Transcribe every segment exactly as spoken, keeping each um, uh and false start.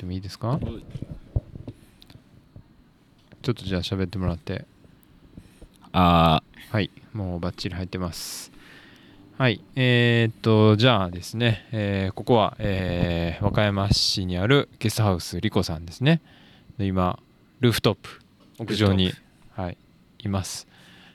ってもいいですか？ちょっとじゃあ喋ってもらって。 あはい、もうバッチリ入ってます。はい、えー、っとじゃあですね、えーここは、えー和歌山市にあるゲストハウスリコさんですね。で今ルーフトップ屋上に、はい、います。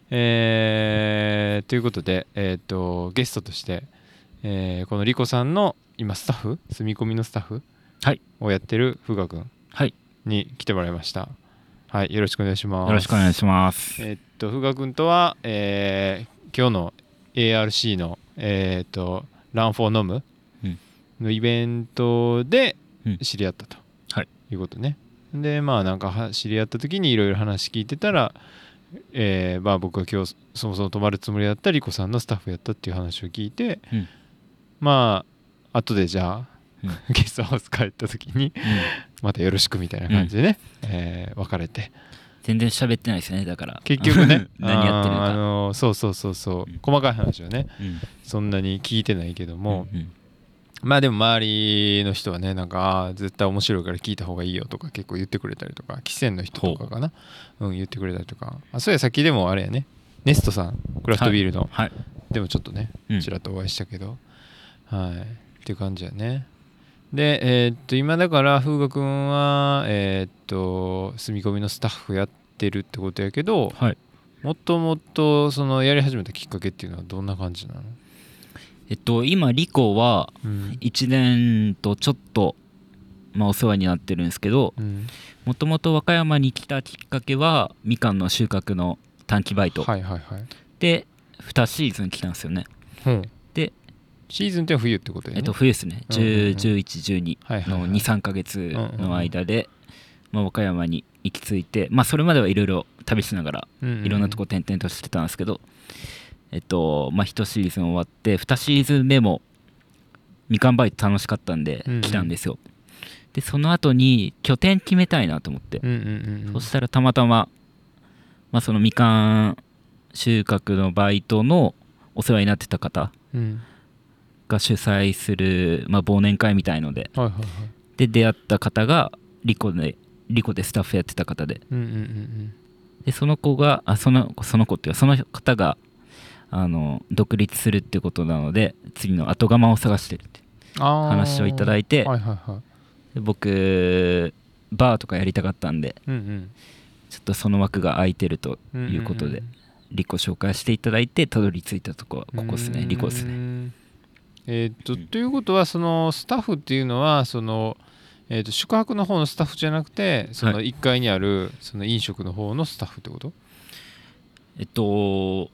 えーということで、えーっとゲストとして、えーこのリコさんの今スタッフ住み込みのスタッフはいをやってるふうがくんはいに来てもらいました。はい、よろしくお願いします。 よろしくお願いします。 えーっとふうがくんとは、えー今日の エーアールシー のえーっとランフォーノムうんのイベントでうん知り合ったと、 はいいうことね。でまあなんかは知り合った時にいろいろ話聞いてたら、えーまあ僕が今日そもそも泊まるつもりだったリコさんのスタッフやったっていう話を聞いて、 うんまあ後でじゃあ、 うんゲストハウス帰った時にうんまたよろしくみたいな感じでね、えー別れて全然喋ってないですね。だから結局ね何やってるのかあーあのーそうそうそうそう、 うん細かい話はねうんそんなに聞いてないけども、 うんうんまあでも周りの人はねなんかあー絶対面白いから聞いた方がいいよとか結構言ってくれたりとか、汽船の人とかかな、うん、言ってくれたりとか、あそうやさっきでもあれやね、ネストさんクラフトビールの、 はいでもちょっとねうんちらっとお会いしたけど、はいっていう感じやね。でえーっと今だから風雅くんはえーっと住み込みのスタッフやってるってことやけど、 はいもともとそのやり始めたきっかけっていうのはどんな感じなの？ えっと今リコはうんいちねんとちょっとまあお世話になってるんですけど、 うんもともと和歌山に来たきっかけはみかんの収穫の短期バイトはいはいはい。 でにシーズン来たんですよね。 うんでシーズンって冬ってことやね。 えっと冬ですね。 うんうんうんじゅう、じゅういち、じゅうにはいはいはいのに、さんかげつの間でまあ和歌山に行き着いて、まあそれまではいろいろ旅しながらうんうんいろんなとこ転々としてたんですけど、えっとまあいちシーズン終わってにシーズン目もみかんバイト楽しかったんでうんうん来たんですよ。でその後に拠点決めたいなと思って、 うんうんうんうんそしたらたまたま、まあ、そのみかん収穫のバイトのお世話になってた方うんが主催する、まあ、忘年会みたいのではいはいはいで出会った方がリコでリコでスタッフやってた方で、 うんうんうんでその子があそのその子っていうかその方があの独立するってことなので次の後釜を探してるってあー話をいただいて、 はいはいはいで僕バーとかやりたかったんでうんうんちょっとその枠が空いてるということで、リコ紹介していただいてたどり着いたとこはここですね。リコですね。 ね。えーっとということはそのスタッフっていうのはそのえーっと宿泊の方のスタッフじゃなくてそのはいいっかいにあるその飲食の方のスタッフってこと？ えっと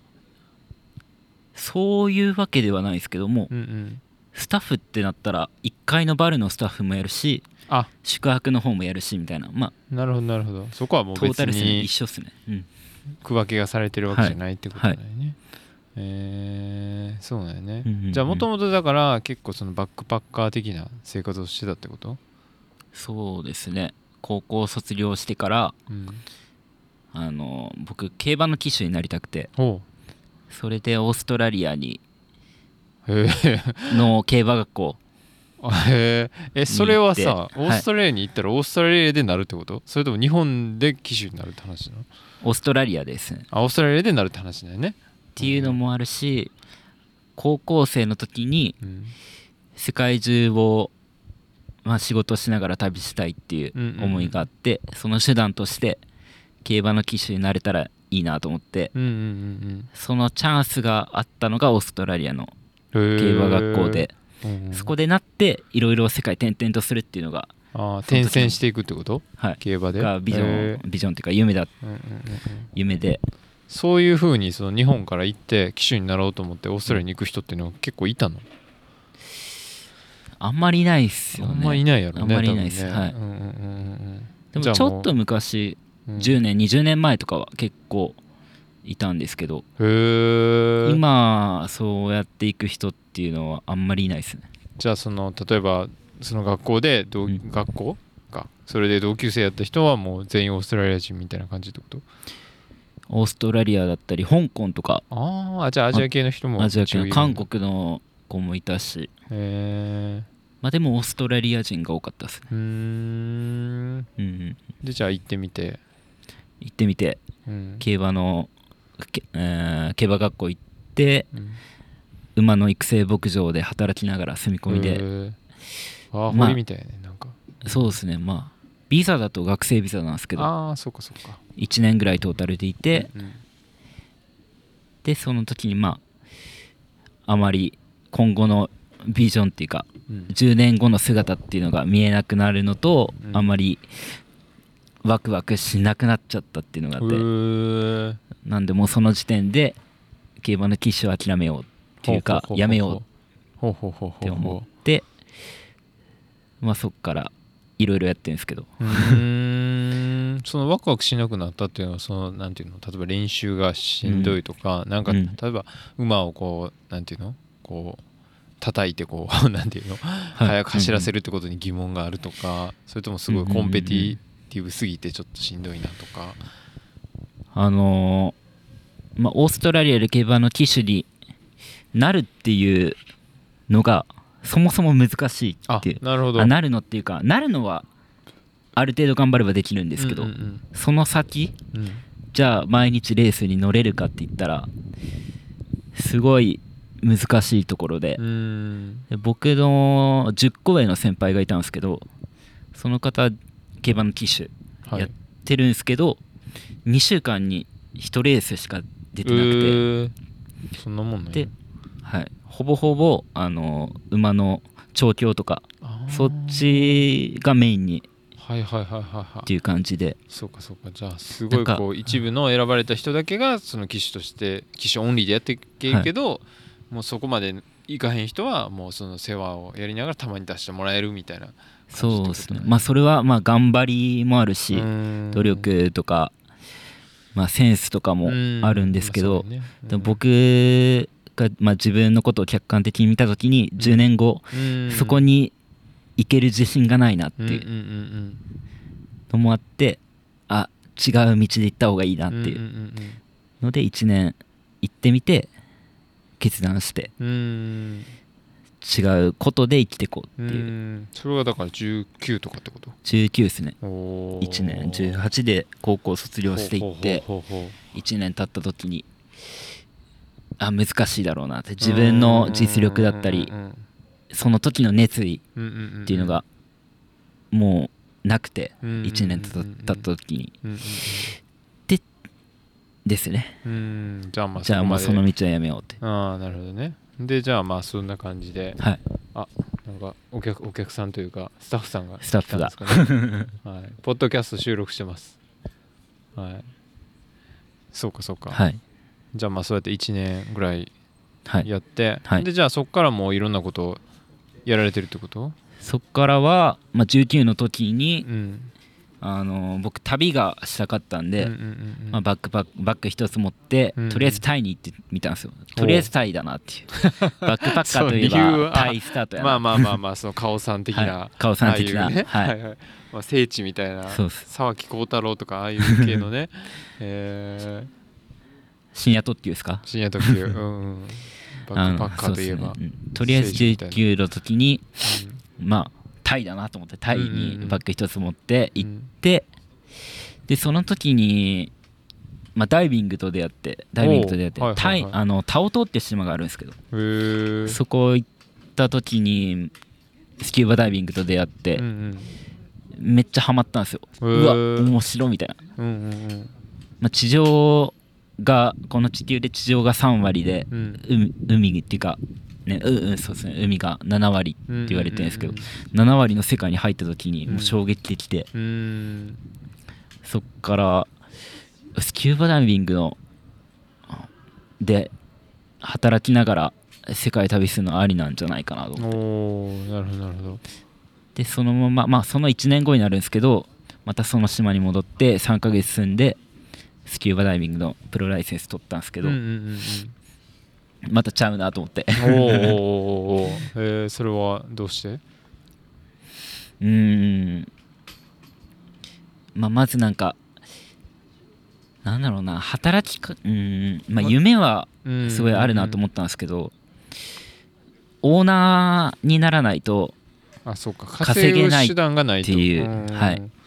そういうわけではないですけども、 うんうんスタッフってなったらいっかいのバルのスタッフもやるしあ宿泊の方もやるしみたいな、まあなるほどなるほど、そこはもう別トータルですねに一緒っすね。うん区分けがされてるわけじゃないってことだよね、 はいえーそうだよね、 うんうんうんじゃあもともとだから結構そのバックパッカー的な生活をしてたってこと？ そうですね。高校卒業してからうんあの僕競馬の騎手になりたくて、 ほそれでオーストラリアにうへえの競馬学校へええそれはさに行ってオーストラリアに行ったらオーストラリアでなるってこと？それとも日本で騎手になるって話なの？ オーストラリアですね。 あオーストラリアでなるって話だよねっていうのもあるし、高校生の時にうん世界中を、まあ、仕事しながら旅したいっていう思いがあって、その手段として競馬の騎手になれたらいいなと思って、 うんうんうんそのチャンスがあったのがオーストラリアのうん競馬学校で、 うんうんそこでなっていろいろ世界転々とするっていうのが、 あ転戦していくってこと？ はい、 競馬でがビジョへンビジョンっていうか夢だうんうんうんうん夢で、 そういう風にその日本から行って騎手になろうと思ってオーストラリアに行く人っていうのは結構いたの？ あんまりいないっすよね。 あんまりいないやろね。 あんまりいないっす、はい多分ねうんうんうんうんでじゃあもちょっと昔うんじゅうねんにじゅうねんまえとかは結構いたんですけど、 へえ。 今そうやっていく人っていうのはあんまりいないですね。 じゃあその例えばその学校で同、 うん学校かそれで同級生やった人はもう全員オーストラリア人みたいな感じってこと？ オーストラリアだったり香港とかああじゃあアジア系の人もアジア系の一応いるんだ韓国の子もいたし、 へえまあでもオーストラリア人が多かったですね。 うーんでじゃあ行ってみて行ってみて、うん、競馬の、えー、競馬学校行って、うん、馬の育成牧場で働きながら住み込みで、 ワーホリみたいね、なんかそうですね。まあビザだと学生ビザなんですけど、 ああそうかそうか、 いちねんぐらいトータルでいて、うんうん、でその時にまああまり今後のビジョンっていうか、うん、じゅうねんごの姿っていうのが見えなくなるのと、うん、あんまりワクワクしなくなっちゃったっていうのがあって、なんでもうその時点で競馬の騎手を諦めようっていうかやめようって思って、まあそっからいろいろやってるんですけど、 うーんそのワクワクしなくなったっていうのはそのなんていうの、例えば練習がしんどいとか、うん、なんか例えば馬をこうなんていうのこう叩いてこうなんていうの、はい、早く走らせるってことに疑問があるとか、それともすごいコンペティティブすぎてちょっとしんどいなとか。 あのー、まあオーストラリアで競馬の騎手になるっていうのがそもそも難しいっていう、 あ、なるほど、 あなるのっていうかなるのはある程度頑張ればできるんですけど、うんうんうん、その先、うん、じゃあ毎日レースに乗れるかって言ったらすごい難しいところで、うん、で僕のじゅっこ上の先輩がいたんですけど、その方競馬の騎手やってるんですけど、はい、にしゅうかんにいちレースしか出てなくて、えー、そんなもんね。 で、はい、ほぼほぼあの馬の調教とかそっちがメインにはいはいはいはいはいっていう感じで、 そうかそうか、じゃあすごいこう一部の選ばれた人だけがその騎手として騎手オンリーでやっていけるけど、はい、もうそこまでいかへん人はもうその世話をやりながらたまに出してもらえるみたいな感じってことね。 そうですね。まあそれはまあ頑張りもあるし努力とかまあセンスとかもあるんですけど、まあね、でも僕がまあ自分のことを客観的に見た時にじゅうねんごそこに行ける自信がないなっていうのもあって、あ違う道で行った方がいいなっていうのでいちねん行ってみて決断して違うことで生きていこうっていう。 うん、それはだからじゅうきゅうとかってこと？ じゅうきゅうですね。いちねんじゅうはちで高校卒業していっていちねん経った時にあ難しいだろうなって、自分の実力だったりその時の熱意っていうのがもうなくていちねん経った時にでですね。 うんじゃあまあじゃあもうその道はやめようって。 ああなるほどね。でじゃあまあそんな感じで、 はい、 あなんかお客お客さんというかスタッフさんがスタッフが来たんですかねはい、ポッドキャスト収録してます。はいそうかそうか、 はい、 じゃあまあそうやっていちねんぐらいやって、 はい、 でじゃあそこからもういろんなことをやられてるってこと？ そこからは、まあ、じゅうきゅうの時に、うん、あの僕旅がしたかったんで、うんうんうんうんまあ、バックパックバッグ一つ持って、うんうん、とりあえずタイに行ってみたんですよ。とりあえずタイだなっていうバックパッカーといえばタイスタートやなまあまあまあまあそのカオさん的な、 はい、カオさん的な、 ねはいはいはいまあ、聖地みたいな沢木耕太郎とかああいう系のね、えー、 深夜特急ですか？ 深夜特急、うんうん、バックパッカーといえば、ねうん、 とりあえずじゅうきゅうの時に、うん、まあタイだなと思ってタイにバッグ一つ持って行って、うん、でその時に、まあ、ダイビングと出会ってダイビングと出会って、はいはいはい、タイあのタオ島って島があるんですけど、 へそこ行った時にスキューバダイビングと出会って、うんうん、めっちゃハマったんですよ。うわ面白いみたいな、うんうんうんまあ、地上がこの地球で地上がさん割で、うん、海, 海っていうかね、ううんそうですね、海がなな割って言われてるんですけど、うんうんうん、なな割の世界に入った時にもう衝撃的で、うん、そっからスキューバダイビングので働きながら世界旅するのありなんじゃないかなと思って。 おなるほどなるほど。 でそのまままあそのいちねんごになるんですけど、またその島に戻ってさんかげつ住んでスキューバダイビングのプロライセンス取ったんですけど、うんうんうんうんまたちゃうなと思っておーおーおー、えー、それはどうして？ うーん、まあ、まずなんかなんだろうな働きかうーん、まあ、夢はすごいあるなと思ったんですけど、オーナーにならないと稼げないっていう、 はい、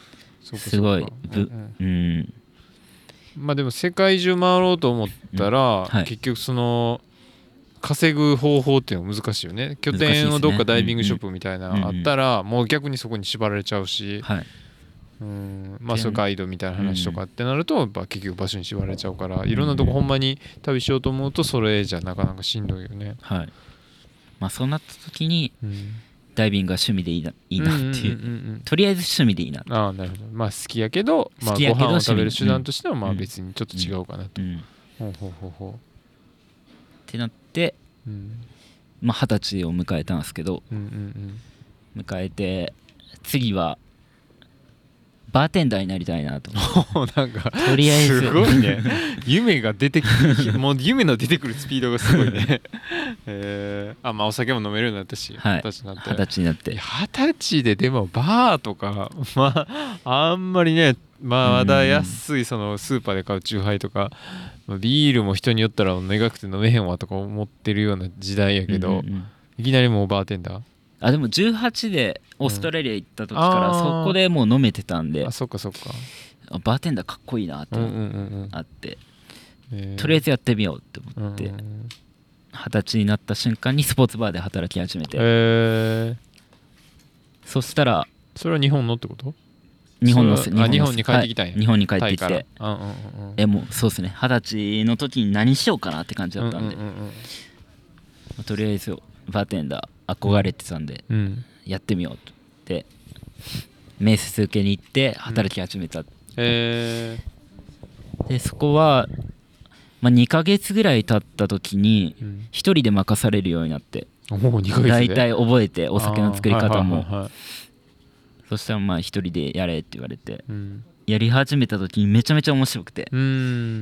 すごいぶ、うんうん、 まあでも世界中回ろうと思ったら、うんはい、結局その稼ぐ方法っていうのは難しいよね。拠点をどっかダイビングショップみたいなのあったら、もう逆にそこに縛られちゃうし、はい、うんまあそういうガイドみたいな話とかってなると、やっぱ結局場所に縛られちゃうから、いろんなとこほんまに旅しようと思うとそれじゃなかなかしんどいよね。 はい。まあそうなった時に、うん、ダイビングが趣味でいいな、いいなっていう、うんうんうんうん、とりあえず趣味でいいな。 ああなるほど。まあ好きやけど、まあ、ご飯を食べる手段としてはまあ別にちょっと違うかなと。うんうん、ほうほうほうほうってなって、うん、まあ二十歳を迎えたんですけど、うんうんうん、迎えて次はバーテンダーになりたいなとなんかとりあえずすごいね夢が出てくるもう夢の出てくるスピードがすごいねえー、あまあお酒も飲めるようになったし、 はい、二十歳になって二十歳ででもバーとかまああんまりねまだ安いそのスーパーで買うチューハイとかビールも人によったら苦くて飲めへんわとか思ってるような時代やけど、うんうんうん、いきなりもうバーテンダーあでもじゅうはちでオーストラリア行った時から、うん、そこでもう飲めてたんであそっかそっかバーテンダーかっこいいなってあって、うんうんうんうん、とりあえずやってみようって思って二十、うんうん、歳になった瞬間にスポーツバーで働き始めて、えー、そしたらそれは日本のってこと日本の日本の日本に帰ってきたんや、 はい、日本に帰ってきて、うんうんうん、えもうそうですね二十歳の時に何しようかなって感じだったんで、うんうんうんうん、とりあえずバーテンダー憧れてたんで、うん、やってみようとで面接受けに行って働き始めた、うんえー、でそこは、まあ、にかげつぐらい経った時にひとりで任されるようになって、 うん、もうにかげつで大体覚えてお酒の作り方も、はいはいはいはい、そしたらまあ一人でやれって言われて、うん、やり始めた時にめちゃめちゃ面白くて、うん、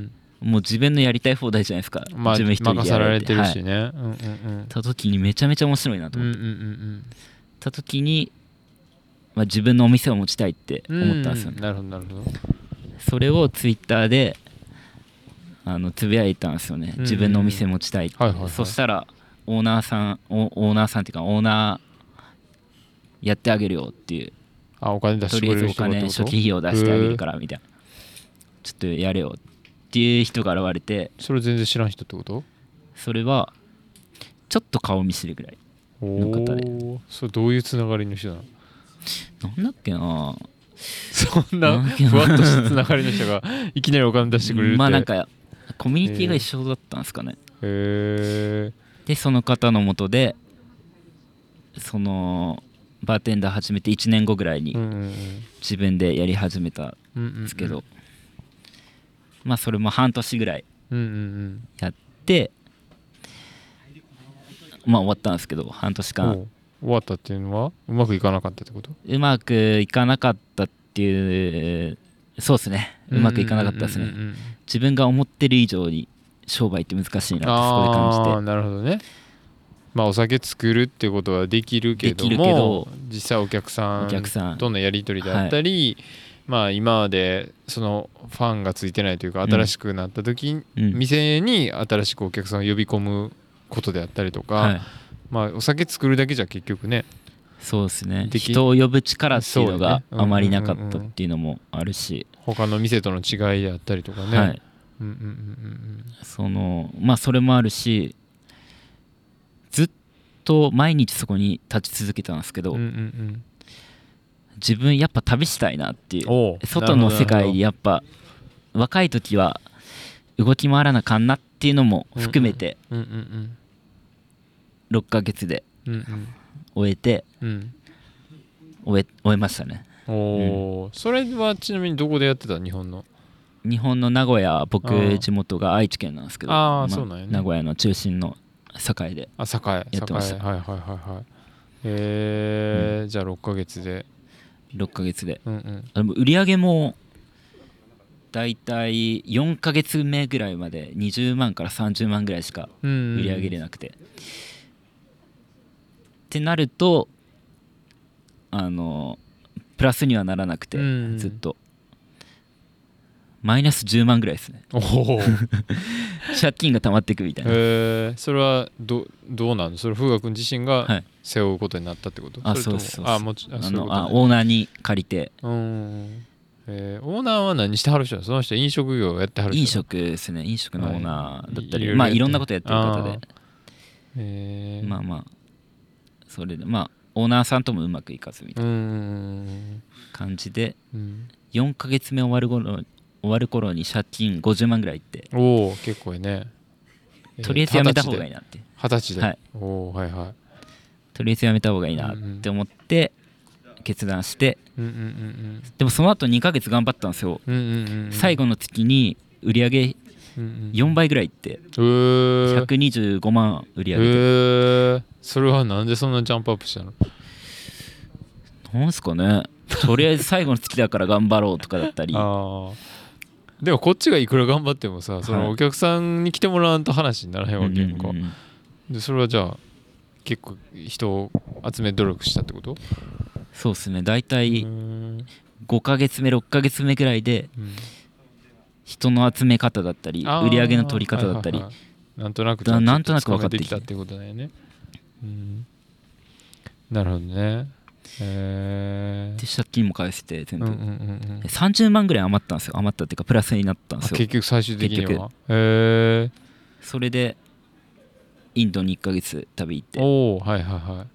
もう自分のやりたい放題じゃないですか、 まあ、 自分一人でやれって任されてるしね、はいうんうんうん、 た時にめちゃめちゃ面白いなと思って、うんうんうんうん、た時に、まあ、自分のお店を持ちたいって思ったんですよね、 うんうん、なるほどなるほど。 それをツイッターであのつぶやいたんですよね、うんうん、自分のお店持ちたいって、はいはいはい、そしたらオーナーさんオーナーさんっていうかオーナーやってあげるよっていう、 あお金出してくれる人とりあえずお金初期費用出してあげるからみたいな、ちょっとやれよっていう人が現れて、 それ全然知らん人ってこと？ それはちょっと顔見知りぐらいの方で。 それどういうつながりの人なの？ なんだっけな、 そんなふわっとしたつながりの人がいきなりお金出してくれるってまあなんかコミュニティが一緒だったんですかね。へー。でその方の下でそのバーテンダー始めていちねんごぐらいに自分でやり始めたんですけど、まあそれも半年ぐらいやってまあ終わったんですけど、半年間終わったっていうのはうまくいかなかったってこと？ うまくいかなかったっていうそうですね、うまくいかなかったですね。自分が思ってる以上に商売って難しいなってそこで感じて。 ああなるほどね。まあお酒作るってことはできるけども、できるけど実際お客さんとのやり取りであったり、はい、まあ今までそのファンがついてないというか新しくなった時、うん、店に新しくお客さんを呼び込むことであったりとか、はい、まあお酒作るだけじゃ結局ね、 そうですね、人を呼ぶ力っていうのがあまりなかったっていうのもあるし、 他の店との違いであったりとかね、はい、うんうんうんうん、 そのまあそれもあるし、ずっと毎日そこに立ち続けたんですけど、うんうんうん、自分やっぱ旅したいなっていう、外の世界にやっぱ若い時は動き回らなあかんなっていうのも含めてろっかげつで終えて、うん、終え、終えましたね。 お、うん、それはちなみにどこでやってた？日本の日本の名古屋、僕地元が愛知県なんですけど、 あ、まあ、そうなんやね、 名古屋の中心の栄でやってました。 はいはいはいはい。えーうん、じゃあろっかげつでろっかげつで、うんうん、売り上げもだいたいよんかげつめぐらいまでにじゅうまんからさんじゅうまんぐらいしか売り上げれなくて、うんうん、ってなるとあのプラスにはならなくて、うん、ずっとマイナスじゅうまんぐらいですね。お借金が溜まっていくみたいな。 へえ、それは ど, どうなの？それ風雅君自身が背負うことになったってこと？ はい、あ、そうそうそう。あ、もちあのあオーナーに借りて、うん、 えー、オーナーは何してはる人なの？その人飲食業やってはる人？ 飲食ですね。飲食のオーナーだったり、 はい、 まあいろんなことやってる方で、 えー、 まあまあそれでまあオーナーさんともうまくいかずみたいな感じで、うん、よんかげつめ終わる頃終わる頃に借金ごじゅうまんぐらいいって、 おお結構いいね、 えー、とりあえずやめた方がいいなって、 二十歳で、 はい、 おはいはい、 とりあえずやめた方がいいなって思って決断して、うんうんうんうん、でもその後にかげつ頑張ったんですよ、うんうんうんうん、最後の月に売り上げよんばいぐらいいって、うんうん、ひゃくにじゅうごまん売り上げて、えー、それはなんでそんなジャンプアップしたの？ なんすかね、とりあえず最後の月だから頑張ろうとかだったりあでもこっちがいくら頑張ってもさ、そのお客さんに来てもらわんと話にならへんわけやんか、うんうんうん、でそれはじゃあ結構人を集め努力したってこと？ そうですね、だいたいごかげつめろっかげつめぐらいで人の集め方だったり売り上げの取り方だったり、はいはいはい、 なんとなくなんとなく分かってきたってことだよね、うん、なるほどね、えー、 で借金も返して全部、うんうんうんうん、さんじゅうまんぐらい余ったんですよ。余ったっていうかプラスになったんですよ結局最終的には。へー、 それでインドにいっかげつ旅行って、 おーはいはいはい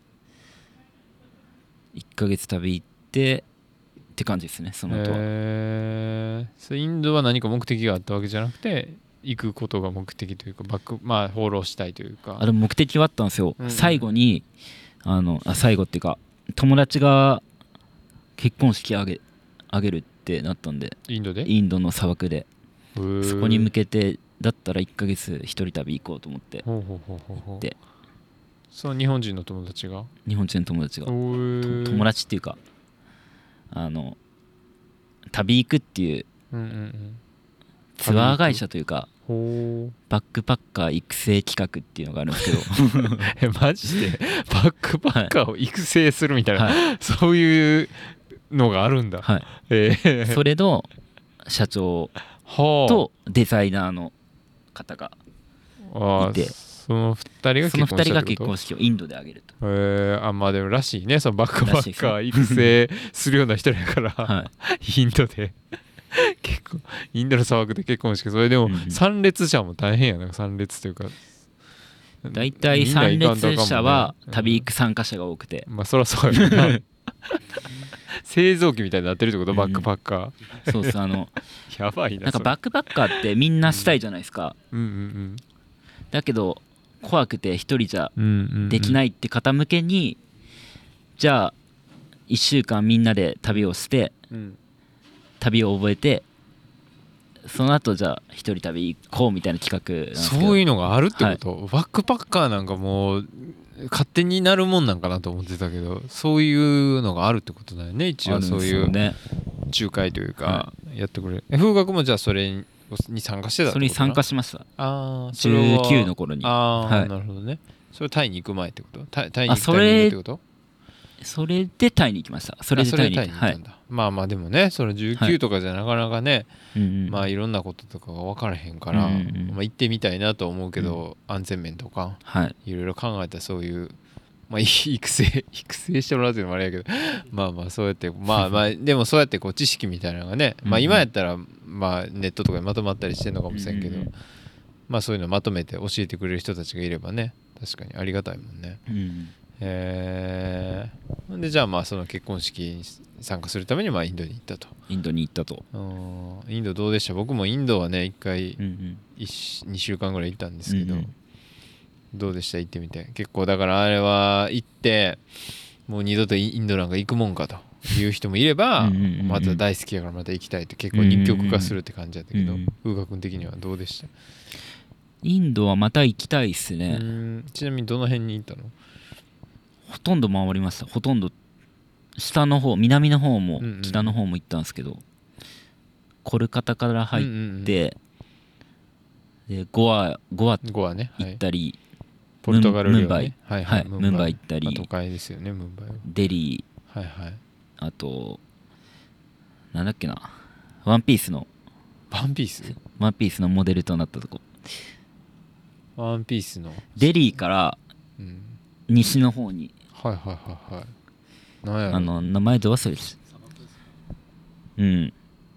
いっかげつ旅行ってって感じですね、その後は。 へー、インドは何か目的があったわけじゃなくて行くことが目的というかバックまあ放浪したいというか、 あでも目的はあったんですよ、うんうん、最後にあのあ最後っていうか友達が結婚式あげあげるってなったんで、 インドでインドの砂漠でそこに向けてだったらいっかげつ一人旅行こうと思って行って、 その日本人の友達が日本人の友達が友達っていうかあの旅行くっていうツアー会社というか、バックパッカー育成企画っていうのがあるんですけどえマジでバックパッカーを育成するみたいな、はい、そういうのがあるんだ、 はいえー、それの社長とデザイナーの方がいて、 そのふたりが結婚したってこと？そのふたりが結婚式をインドであげると。 えー、あまあでもらしいね、そのバックパッカー育成するような人やから、はい、インドで結構インドの砂漠で結婚式、それでも参列者も大変やな、参列というかだいたい参列者は旅行く参加者が多くて、 うん、まあそりゃそうやな製造機みたいになってるってこと、バックパッカー、 うん、そうそうあのやばいな、 なんかバックパッカーってみんなしたいじゃないですか、うんうんうんうん、だけど怖くて一人じゃできないって方向けに、うんうんうん、じゃあいっしゅうかんみんなで旅をして、うん、旅を覚えてその後じゃあ一人旅行こうみたいな企画なんですけど、 そういうのがあるってこと、はい、バックパッカーなんかもう勝手になるもんなんかなと思ってたけど、そういうのがあるってことだよね、一応そういう仲介というかやってくれる、はい、風学もじゃあそれに参加してたってことな？ それに参加しました。 あじゅうきゅうの頃に。 ああ、はい、なるほどね。それタイに行く前ってこと？タイ、タイに行くタイミングってこと？ それでタイに行きました。それでタイに行ったんだ、はい、 まあまあでもね、そのじゅうきゅうとかじゃなかなかね、はい、まあいろんなこととかが分からへんから、うんうん、まあ、行ってみたいなと思うけど、うん、安全面とか、はい、いろいろ考えたらそういう、まあ、育成育成してもらうっていうのもあれやけどまあまあそうやってまあまあでもそうやってこう知識みたいなのがね、まあ今やったらまあネットとかにまとまったりしてるのかもしれんけど、うんうん、まあそういうのをまとめて教えてくれる人たちがいればね、確かにありがたいもんね、うん、えー、でじゃあまあその結婚式に参加するためにまあインドに行ったと。 インドに行ったと。 インドどうでした？僕もインドはねいっかいにしゅうかんぐらい行ったんですけど、うんうん、どうでした？行ってみて。結構だからあれは行ってもう二度とインドなんか行くもんかという人もいればうんうんうん、うん、また大好きやからまた行きたいって結構二極化するって感じだったけど、風雅君的にはどうでした？ インドはまた行きたいっすね。 うん、ちなみにどの辺に行ったの？ ほとんど回りました。ほとんど下の方、南の方も北の方も行ったんですけど、うんうん、コルカタから入って、うんうんうん、でゴアゴア行ったり、 ねはい、ポルトガル領、ね、 ムンバイ、はいはい、ムンバイ行ったり、 都会ですよね、ムンバイは。 デリー、はいはい、 あとなんだっけな、ワンピースのワンピースワンピースのモデルとなったとこ、 ワンピースのデリーから西の方に、 うん、はいはいはいはい、なんやろ、 あの名前ど忘れです。うん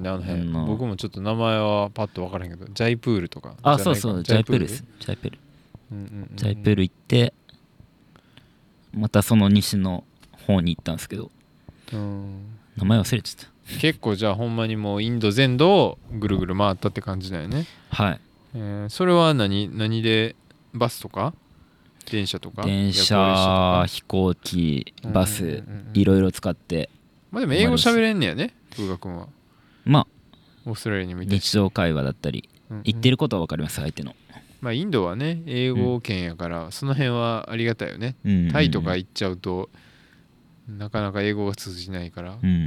ねあの辺、うん、僕もちょっと名前はパッと分からへんけどジャイプールとかあそうそうジャイプールですジャイプール、うんうんうんうん、ジャイプール行ってまたその西の方に行ったんですけど、うん、名前忘れちゃった結構じゃあほんまにもうインド全土をぐるぐる回ったって感じだよねはい、 えー、それは何何でバスとか電車とか電車飛行機バス、うんうんうんうん、いろいろ使ってまあでも英語喋れんねやね風雅君はまあオーストラリアにもいたし日常会話だったり、うんうん、言ってることは分かります相手のまあインドはね英語圏やから、うん、その辺はありがたいよね、うんうんうん、タイとか行っちゃうとなかなか英語が通じないから、うんうんうんうん、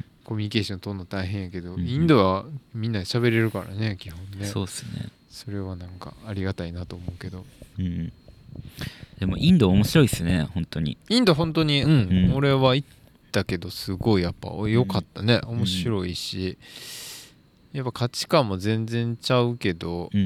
コミュニケーション取るの大変やけど、うんうん、インドはみんな喋れるからね基本ねそうっすねそれはなんかありがたいなと思うけど、うん、 でもインド面白いっすね本当にインド本当にうん、うん、俺は行ったけどすごいやっぱ良かったね、うん、面白いし、うん、やっぱ価値観も全然ちゃうけど、うんうん、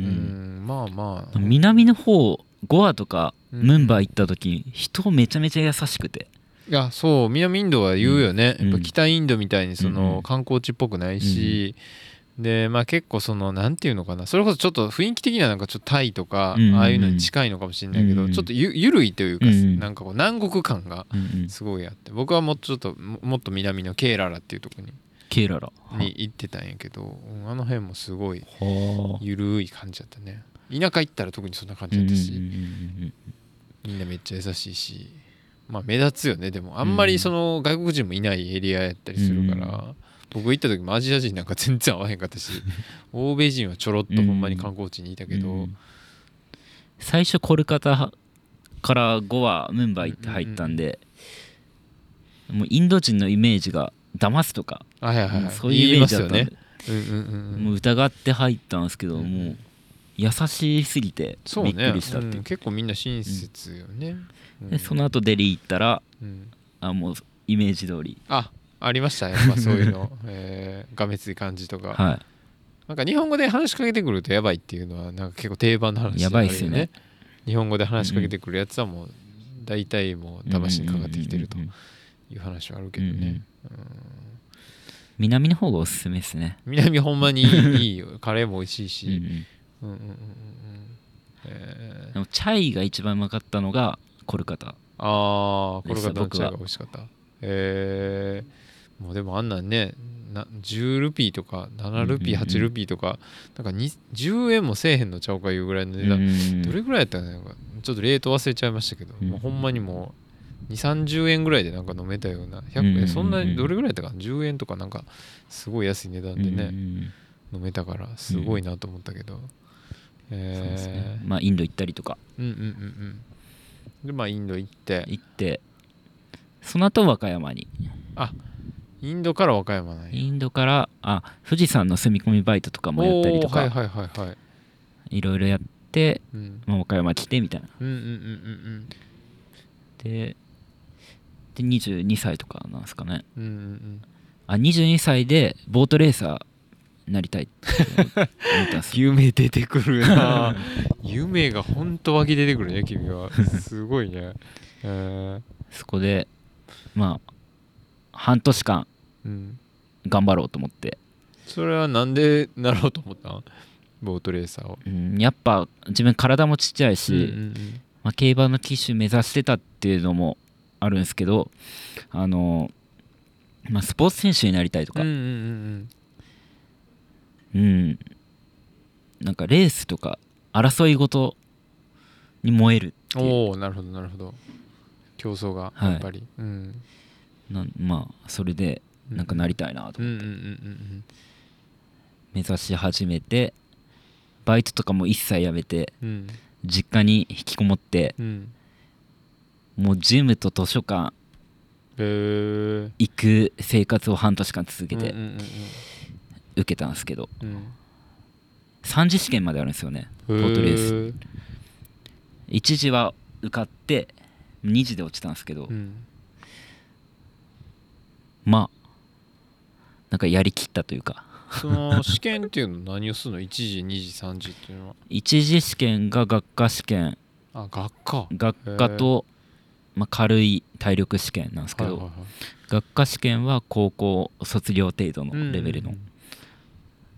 まあまあ南の方ゴアとかムンバイ行った時、うん、人めちゃめちゃ優しくていやそう南インドは言うよね、うん、やっぱ北インドみたいにその観光地っぽくないし、うん、でまあ結構そのなんていうのかなそれこそちょっと雰囲気的にはなんかちょっとタイとか、うん、ああいうのに近いのかもしれないけど、うん、ちょっと ゆ, ゆるいというか、うん、なんかこう南国感がすごいあって僕はもうちょっともっと南のケーララっていうところにケーララに行ってたんやけどあの辺もすごいゆるい感じだったね田舎行ったら特にそんな感じだったし、みんなめっちゃ優しいしまあ目立つよねでもあんまりその外国人もいないエリアやったりするから、うん、僕行った時もアジア人なんか全然会わへんかったし欧米人はちょろっとほんまに観光地にいたけど、うん、 最初コルカタからゴアムンバイって入ったんで、うんうんうん、もうインド人のイメージが騙すとか、はいはいはい、そういうイメージだったんで、ねうんうんうん、もう疑って入ったんですけど、うん、もう優しすぎてびっくりしたっていう、 ねうん、結構みんな親切よね、うんでその後デリー行ったら、うん、あもうイメージ通りあありましたやっぱそういうの、えー、がめつい感じとか、はい、なんか日本語で話しかけてくるとやばいっていうのはなんか結構定番の話で、ね、 やばいっすよね日本語で話しかけてくるやつはもう大体もう騙しにかかってきてるという話はあるけどね、うんうんうん、 南の方がおすすめですね南ほんまにいいよカレーも美味しいし、うんうんうんうんえー、でもチャイが一番うまかったのがコルカタあーコルカタのチャイが美味しかったえー、もうでもあんなんねなじゅうルピーとかななルピーはちルピーとかなんかにじゅうえんもせえへんのちゃうかいうぐらいの値段どれぐらいやったかなちょっとレート忘れちゃいましたけどもうほんまにもうにじゅうさんじゅうえんぐらいでなんか飲めたようなひゃくえんそんなにどれぐらいやったかなじゅうえんとかなんかすごい安い値段でね飲めたからすごいなと思ったけどえー、そうですねまあインド行ったりとかうんうんうんうんでまあインド行って行ってその後和歌山にあインドから和歌山なんやインドからあ富士山の住み込みバイトとかもやったりとかはいはいはいはいいろいろやって、うんまあ、和歌山来てみたいなうんうんうんうんででにじゅうにさいとかなんですかね、 うんうんうん、 あにじゅうにさいでボートレーサーなりたいって思ったんです夢出てくるな夢がほんと湧き出てくるね君はすごいね、えー、 そこでまあ半年間頑張ろうと思って、 うん、それはなんでなろうと思ったのボートレーサーを、 うん、やっぱ自分体もちっちゃいし、うんうんうんまあ、競馬の騎手目指してたっていうのもあるんですけどあの、まあ、スポーツ選手になりたいとかうんうんうんうん、なんかレースとか争いごとに燃えるっていうおおなるほどなるほど競争がやっぱり、はいうん、 なまあそれでなんかなりたいなと思って目指し始めてバイトとかも一切やめて、うん、実家に引きこもって、うん、もうジムと図書館行く生活を半年間続けて、うんうんうんうん受けたんですけど、うん、さん次試験まであるんですよねボートレースいち次は受かってに次で落ちたんですけど、うん、まあなんかやりきったというかその試験っていうの何をするのいち次に次さん次っていうのはいち次試験が学科試験あ学科学科と、まあ、軽い体力試験なんですけど、はいはいはい、学科試験は高校卒業程度のレベルの、うんうんうん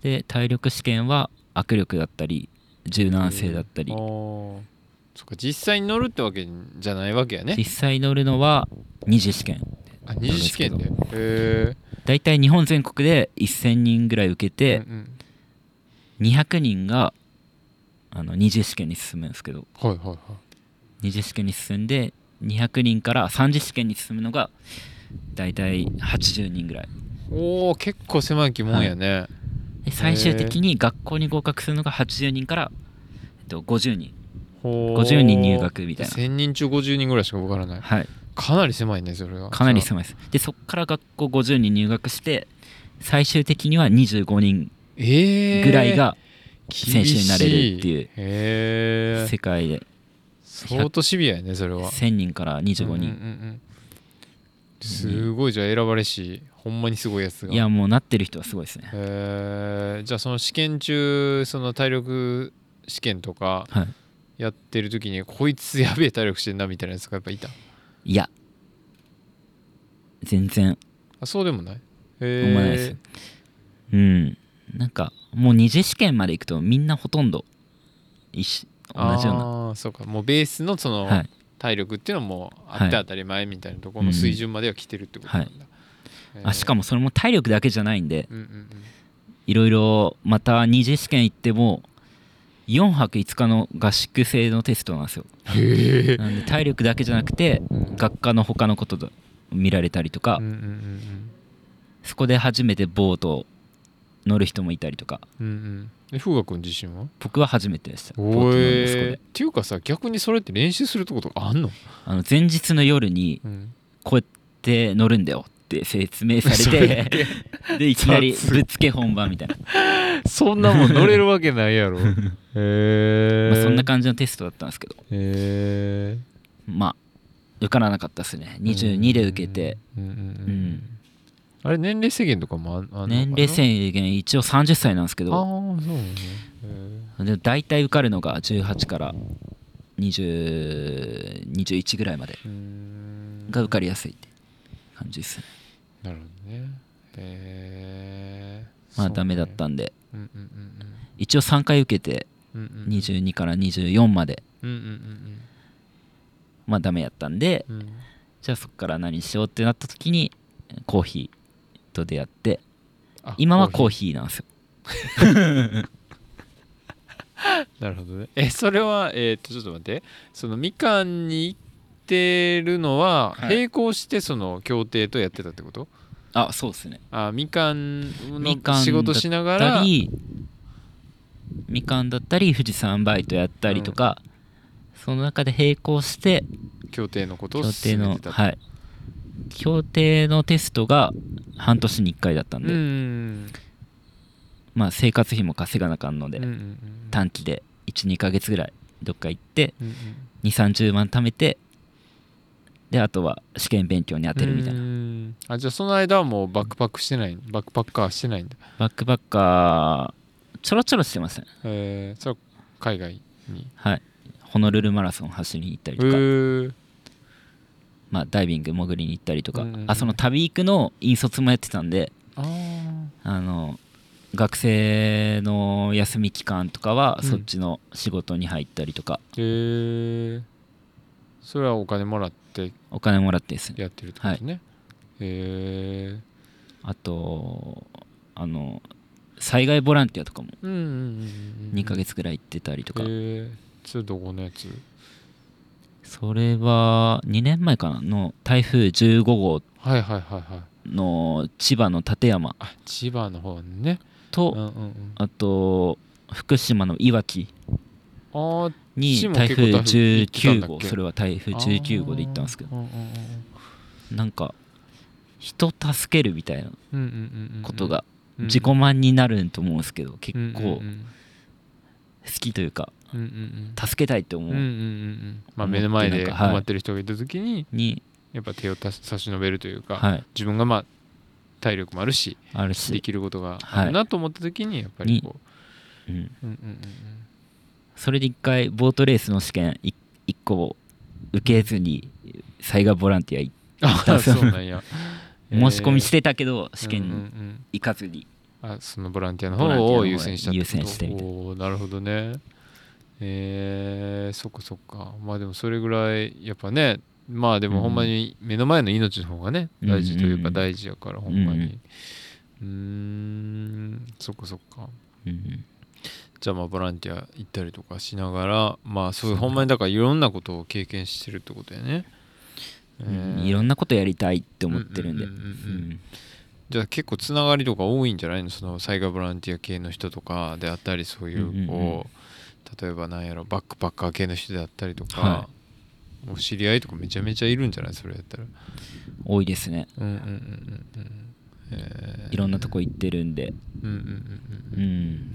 で体力試験は握力だったり柔軟性だったり、 そっか、実際に乗るってわけじゃないわけやね。 実際乗るのは二次試験。 あ、二次試験で。へえ。 だいたい日本全国でせんにんぐらい受けて、うんうん、にひゃくにんがあの二次試験に進むんですけど、 はいはいはい、 二次試験に進んでにひゃくにんから三次試験に進むのがだいたいはちじゅうにんぐらい。 おお、結構狭いもんやね、はい、 で最終的に学校に合格するのがはちじゅうにんから、えっと、ごじゅうにんごじゅうにん入学みたいな。 せんにん中ごじゅうにんぐらいしか受からない、 はい、 かなり狭いね。それはかなり狭いです。でそこから学校ごじゅうにん入学して最終的にはにじゅうごにんぐらいが選手になれるっていう世界で、 相当シビアやねそれは。 せんにんからにじゅうごにん、うんうんうん、 すごい。じゃあ選ばれしほんまにすごいやつが。 いやもうなってる人はすごいですね。 へえ。じゃあその試験中その体力試験とかやってる時に、はい、こいつやべえ体力してんなみたいなやつがやっぱいた？ いや全然。 あ、そうでもない？ へえ。思わないです。うん。なんかもう二次試験まで行くとみんなほとんど一緒同じような。 ああそうか。もうベースのその、はい、体力っていうのはもうあって当たり前みたいなところの水準までは来てるってことなんだ、うん、はい、 あしかもそれも体力だけじゃないんで、いろいろまた二次試験行ってもよんはくいつかの合宿制のテストなんですよ。へえ。なんで体力だけじゃなくて学科の他のことと見られたりとか、うんうんうんうん、そこで初めてボート乗る人もいたりとか、うんうん、 え、風雅君自身は？僕は初めてでした。 ボート乗るのそこで。っていうかさ、逆にそれって練習するってことあんの？ あの前日の夜にこうやって乗るんだよって説明されてでいきなりぶっつけ本番みたいなそんなもん乗れるわけないやろへえ、 まあ、そんな感じのテストだったんですけど、 へまあ受からなかったですね。にじゅうにで受けて、うんうんうんうん、 あれ年齢制限とかもあんのかな？ 年齢制限一応さんじゅっさいなんですけど、 ああそうね。 で大体受かるのがじゅうはちからにじゅう、にじゅういちぐらいまでが受かりやすいって感じですね。 なるほどね。へーまあダメだったんで、うんうんうんうん、一応さんかい受けてにじゅうにからにじゅうよんまで、うんうんうんうん、まあダメやったんで、うん、じゃあそこから何しようってなった時にコーヒーと出会って、今はコーヒーなんですよなるほどね。えそれはえー、っとちょっと待って、そのみかんに行ってるのは並行してその協定とやってたってこと？ あ、そうですね。 あ、みかんの仕事しながらみかんだったり富士山バイトやったりとか、うん、その中で並行して協定のことを進めてた。 はい、協定のテストが半年にいっかいだったんで、うん、まあ生活費も稼がなあかんので、うんうんうん、短期でいち、にかげつぐらいどっか行って、うんうん、にじゅう、さんじゅうまん貯めて、であとは試験勉強に充てるみたいな。 うん、あ、じゃあその間はもうバックパックしてない、バックパッカーしてないんだ。 バックパッカーちょろちょろしてますね。 へえ、それは海外に？ はい、ホノルルマラソン走りに行ったりとか、まあ、ダイビング潜りに行ったりとか、うんうんうん、あその旅行くの引率もやってたんで、ああの学生の休み期間とかはそっちの仕事に入ったりとか、 うん、へえ、それはお金もらってお金もらってですねやってるってことね、はい、へえ。 あとあの災害ボランティアとかもにかげつぐらい行ってたりとか。 へえ、それどこのやつ？ それはにねんまえかなの台風じゅうごごうの千葉の館山、 あ、千葉の方ねと、うんうんうん、あと福島のいわきに台風じゅうきゅうごう、それは台風じゅうきゅうごうで行ったんですけど、なんか人助けるみたいなことが自己満になると思うんですけど、結構好きというか、うんうんうん、助けたいって思う、うんうんうん、 まあ、目の前で困ってる人がいた時に、はい、やっぱ手を差し伸べるというか、はい、自分がまあ体力もあるし、あるしできることがあるなと思った時にやっぱりこう、うんうんうんうん、 それで一回ボートレースの試験いっこ受けずに災害ボランティア行ったんですよ。そうなんや申し込みしてたけど試験行かずに、 あそのボランティアの方を優先したってこと。 優先してみたいな。 おなるほどね。えー、そっかそっか。まあでもそれぐらいやっぱね、まあでもほんまに目の前の命の方がね、大事というか大事やから、ほんまにうーんそっかそっか、うん、じゃあまあボランティア行ったりとかしながら、まあそういうほんまにだからいろんなことを経験してるってことやね。 うん、いろんなことやりたいって思ってるんで。 じゃあ結構つながりとか多いんじゃないの、その災害ボランティア系の人とかであったり、そういうこう、うんうんうん、例えばなんやろバックパッカー系の人であったりとか、はい、もう知り合いとかめちゃめちゃいるんじゃない、それやったら。 多いですね。 うんうんうんうん、 えー、いろんなとこ行ってるんで、うんうんうんうん、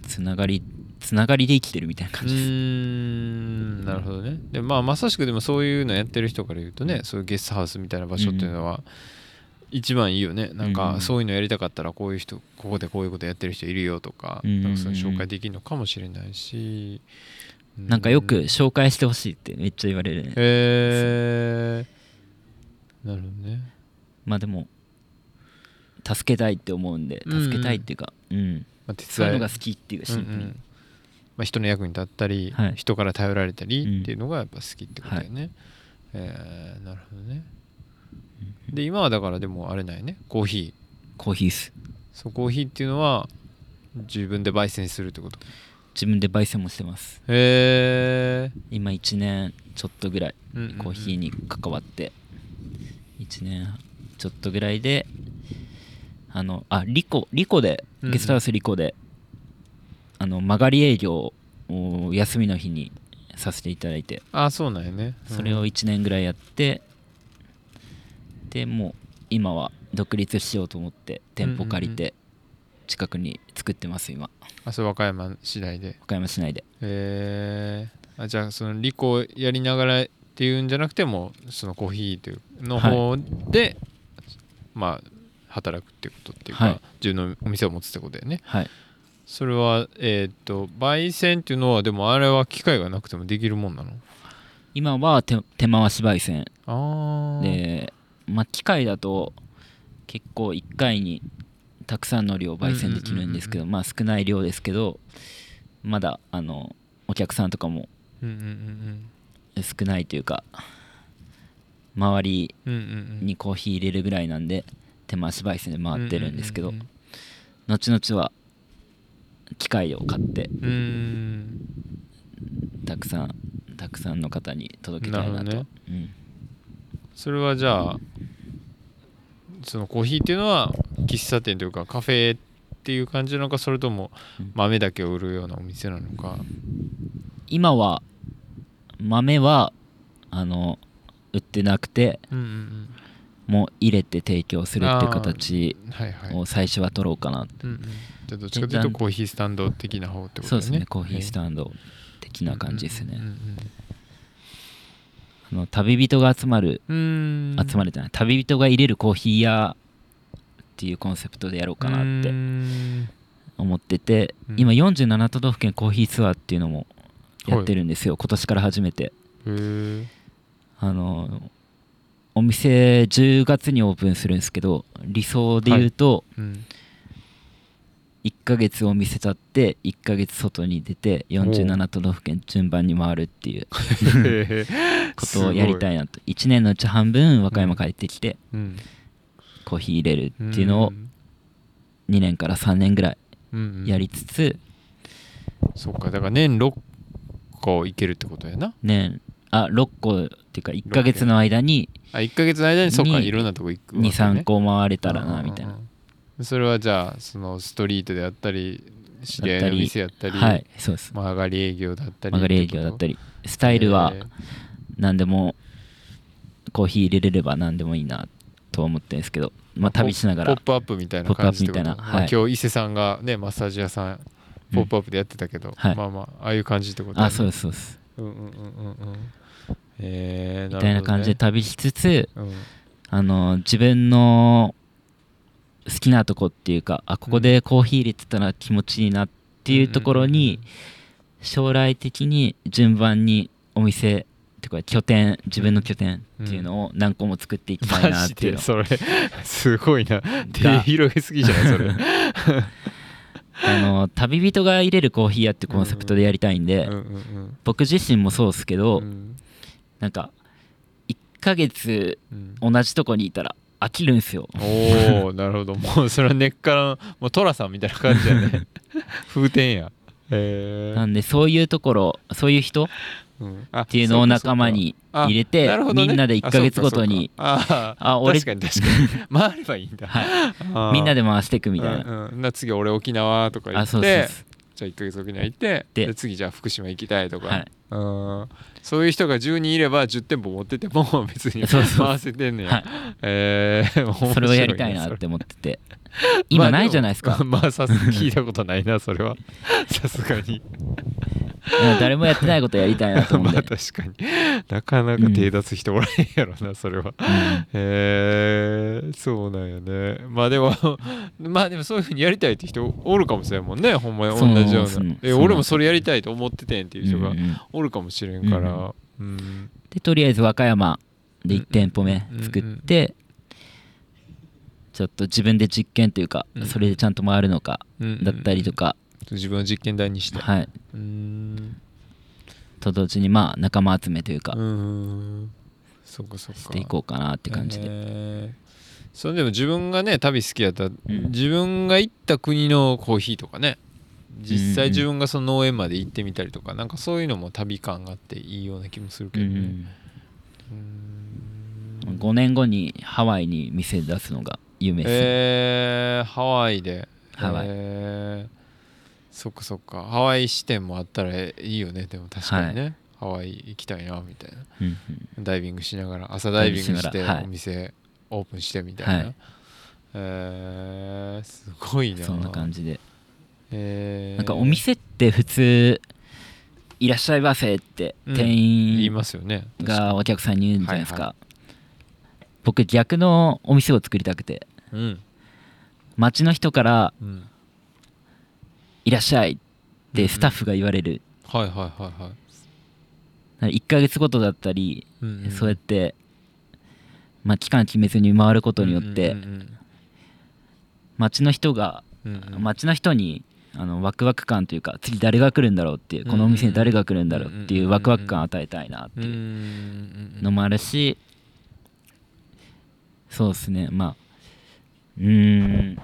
つながりつながりで生きてるみたいな感じです。うーんなるほどね。でまあまさしくでもそういうのやってる人から言うとね、そういうゲストハウスみたいな場所っていうのは一番いいよね。なんかそういうのやりたかったらこういう人ここでこういうことやってる人いるよとか、なんかその紹介できるのかもしれないし、 なんかよく紹介してほしいってめっちゃ言われるね。 へえー、なるほどね。 まあでも助けたいって思うんで、助けたいっていうか、うん、うん、まあ、そういうのが好きっていうかシンプルに、うんうん、 まあ、人の役に立ったり、はい、人から頼られたりっていうのがやっぱ好きってことだよね、はい、えー、なるほどね。で今はだからでもあれないね、コーヒーコーヒーっす。 そうコーヒーっていうのは自分で焙煎するってこと？ 自分で焙煎もしてます。 へえ。 今いちねんちょっとぐらいコーヒーに関わっていちねんちょっとぐらいで、あのあリコリコでゲストハウスリコで、うん、あの曲がり営業を休みの日にさせていただいて、 あそうなんやね、 うん、それをいちねんぐらいやって、でもう今は独立しようと思って店舗借りて近くに作ってます今。 あそれ和歌山市内で。 和歌山市内で。 へえー、あじゃあそのリコやりながらっていうんじゃなくてもそのコーヒーというの方で、はい、まあ働くっていうことっていうか、はい、自分のお店を持つってことだよね。 はい。 それはえっと焙煎っていうのはでもあれは機械がなくてもできるもんなの？ 今は 手, 手回し焙煎あで、まあ機械だと結構いっかいにたくさんの量焙煎できるんですけど、まあ少ない量ですけど、まだあのお客さんとかも少ないというか、周りにコーヒー入れるぐらいなんで手回し焙煎で回ってるんですけど、後々は機械を買ってたくさんたくさんの方に届けたいなと。なるほどね。うん、 それはじゃあそのコーヒーっていうのは喫茶店というかカフェっていう感じなのか、それとも豆だけを売るようなお店なのか？ 今は豆はあの売ってなくて、うんうんうん、もう入れて提供するっていう形を最初は取ろうかなって、はいはい、うんうん、 じゃあどっちかというとコーヒースタンド的な方ってことね。 そうですね、コーヒースタンド的な感じですね。あの旅人が集まる集まるじゃない旅人が入れるコーヒー屋っていうコンセプトでやろうかなって思ってて、今よんじゅうなな都道府県コーヒーツアーっていうのもやってるんですよ、はい、今年から始めて。へあのお店じゅうがつにオープンするんですけど、理想で言うと、はい、うん、いっかげつお店立っていっかげつ外に出てよんじゅうなな都道府県順番に回るっていうことをやりたいなと。いちねんのうち半分和歌山帰ってきて、うん、コーヒー入れるっていうのをにねんからさんねんぐらいやりつつ、 うんうん、そうか、だから年ろっこ行けるってことやな。 年あろっこっていうかいっかげつの間にあいっかげつの間にそうかいろんなとこ行くわけ、ね、 にさんこ回れたらなみたいな。 それはじゃあそのストリートであったり知り合いの店やったり、 はい、そうです。 曲がり営業だったり、 曲がり営業だったり、スタイルは何でもコーヒー入れれれば何でもいいなと思ってるんですけど、まあ旅しながらポップアップみたいな感じってこと。まあ、今日伊勢さんがねマッサージ屋さんポップアップでやってたけど、うん、はい、まあまあああいう感じってこと、ね、 あそうですそうです。 うんうんうんうんうん。えー、 みたいな感じで旅しつつ、うん、あの自分の好きなとこっていうか、あここでコーヒー入れてたら気持ちいいなっていうところに将来的に順番にお店ってか拠点自分の拠点っていうのを何個も作っていきたいなっていうの、 マジでそれすごいな手広げすぎじゃないそれあの旅人が入れるコーヒー屋ってコンセプトでやりたいんで、 うんうんうん、 僕自身もそうですけど、 うん、 なんかいっかげつ同じとこにいたら飽きるんすよ。 おおなるほど。もうそれは根っからもう寅さんみたいな感じやね。風天や。へえ。 なんでそういうところそういう人うん、 っていうのを仲間に入れて、ね、みんなでいっかげつごとにああ俺確かに確かに回ればいいんだ、 はい、みんなで回していくみたいな、 うんうん、な次俺沖縄とか行って、そうそうそう、じゃあいっかげつ沖縄行ってで次じゃあ福島行きたいとか、はい、うんそういう人がじゅうにんいればじゅってんぽ持ってても別に回せてんねや。はい、えー、 それをやりたいなって思ってて今ないじゃないですか。 まあさすが聞いたことないなそれはさすがに誰もやってないことやりたいなと思うんでまあ確かになかなか手出す人おらへんやろな、うん、それは、うん、へえそうなんやね。まあでもまあでもそういうふうにやりたいって人おるかもしれんもんね、ほんまに同じようなえ俺もそれやりたいと思っててんっていう人がおるかもしれんから、うんうん、 でとりあえず和歌山でいってんぽめ作って、うんうん、ちょっと自分で実験というか、うん、それでちゃんと回るのかだったりとか、 うんうん、自分を実験台にして、 はい、うーんと同時にまあ仲間集めというか、うーんそっかそっかしていこうかなって感じで、 えー、それでも自分がね旅好きやったら、うん、自分が行った国のコーヒーとかね実際自分がその農園まで行ってみたりとか、うんうん、なんかそういうのも旅感があっていいような気もするけどね、うんうん、 うーんごねんごにハワイに店出すのが夢ですね。 えー、ハワイでハワイ、 えー、そっかそっかハワイ支店もあったらいいよね。でも確かにね、はい、ハワイ行きたいなみたいな、うんうん、ダイビングしながら朝ダイビングしてお店オープンしてみたいな、はい、えー、すごいな。 そんな感じで、 えー、 なんかお店って普通いらっしゃいませって店員、うん、 言いますよねがお客さんに言うんじゃないですか、はいはい、僕逆のお店を作りたくて、うん、街の人から、うん、いらっしゃいってスタッフが言われる、 うんうん、はいはいはいはいいっかげつごとだったり、うんうん、そうやって、まあ、期間決めずに回ることによって、うんうんうん、街の人が、うんうん、街の人にあのワクワク感というか次誰が来るんだろうっていう、このお店に誰が来るんだろうっていうワクワク感を与えたいなっていうのもあるし、そうですねまあうーん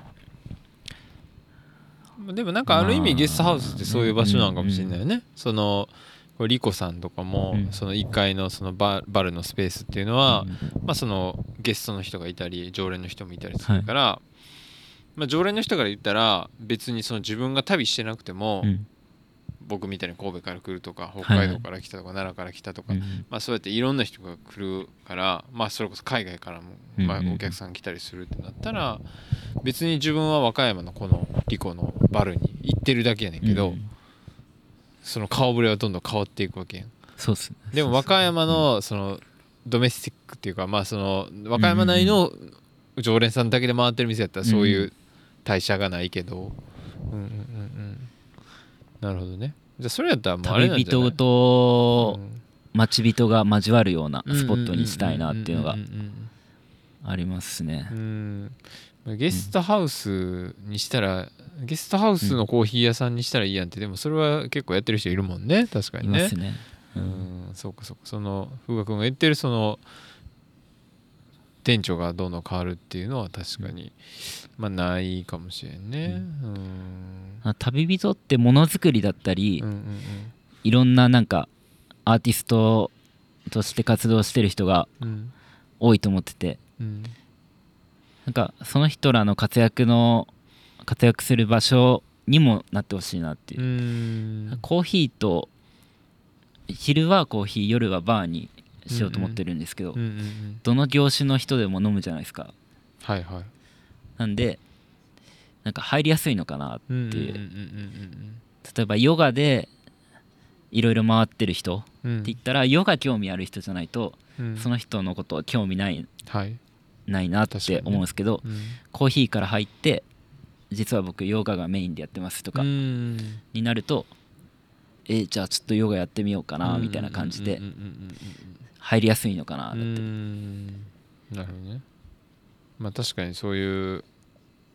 でもなんかある意味ゲストハウスってそういう場所なのかもしれないよね、うんうん、そのリコさんとかも、うん、そのいっかいのその バ, バルのスペースっていうのは、うんまあ、そのゲストの人がいたり常連の人もいたりするから、はいまあ、常連の人から言ったら別にその自分が旅してなくても、うん、僕みたいに神戸から来るとか北海道から来たとか、はい、奈良から来たとか、うんまあ、そうやっていろんな人が来るから、まあ、それこそ海外からも、まあ、お客さん来たりするってなったら別に自分は和歌山のこのリコのバルに行ってるだけやねんけど、うんその顔ぶれはどんどん変わっていくわけやん。 そうっすね。 でも和歌山のそのドメスティックっていうかまあその和歌山内の常連さんだけで回ってる店やったらそういう代謝がないけど、うんうんうんうんなるほどね。じゃあそれやったらもうあれなんじゃない？ 旅人と町人が交わるようなスポットにしたいなっていうのがありますね。 うんゲストハウスにしたらゲストハウスのコーヒー屋さんにしたらいいやんって、でもそれは結構やってる人いるもんね。確かにね。 いますね。 うん、うんそうかそうか。その風雅君が言ってるその店長がどんどん変わるっていうのは確かに、まあないかもしれんね。 うん、旅人ってものづくりだったり、うんうんうん、いろんななんかアーティストとして活動してる人が多いと思ってて、うん、なんかその人らの活躍の活躍する場所にもなってほしいなっていう。うーんコーヒーと昼はコーヒー夜はバーにしようと思ってるんですけど、うんうんうんうん、どの業種の人でも飲むじゃないですか。 はいはい。 なんでなんか入りやすいのかなっていう。例えばヨガでいろいろ回ってる人って言ったら、うん、ヨガ興味ある人じゃないと、うん、その人のことは興味ない、はい、ないなって思うんですけど、ねうん、コーヒーから入って実は僕ヨガがメインでやってますとかになると、えじゃあちょっとヨガやってみようかなみたいな感じで入りやすいのかなって。 なるほどね。まあ確かにそういう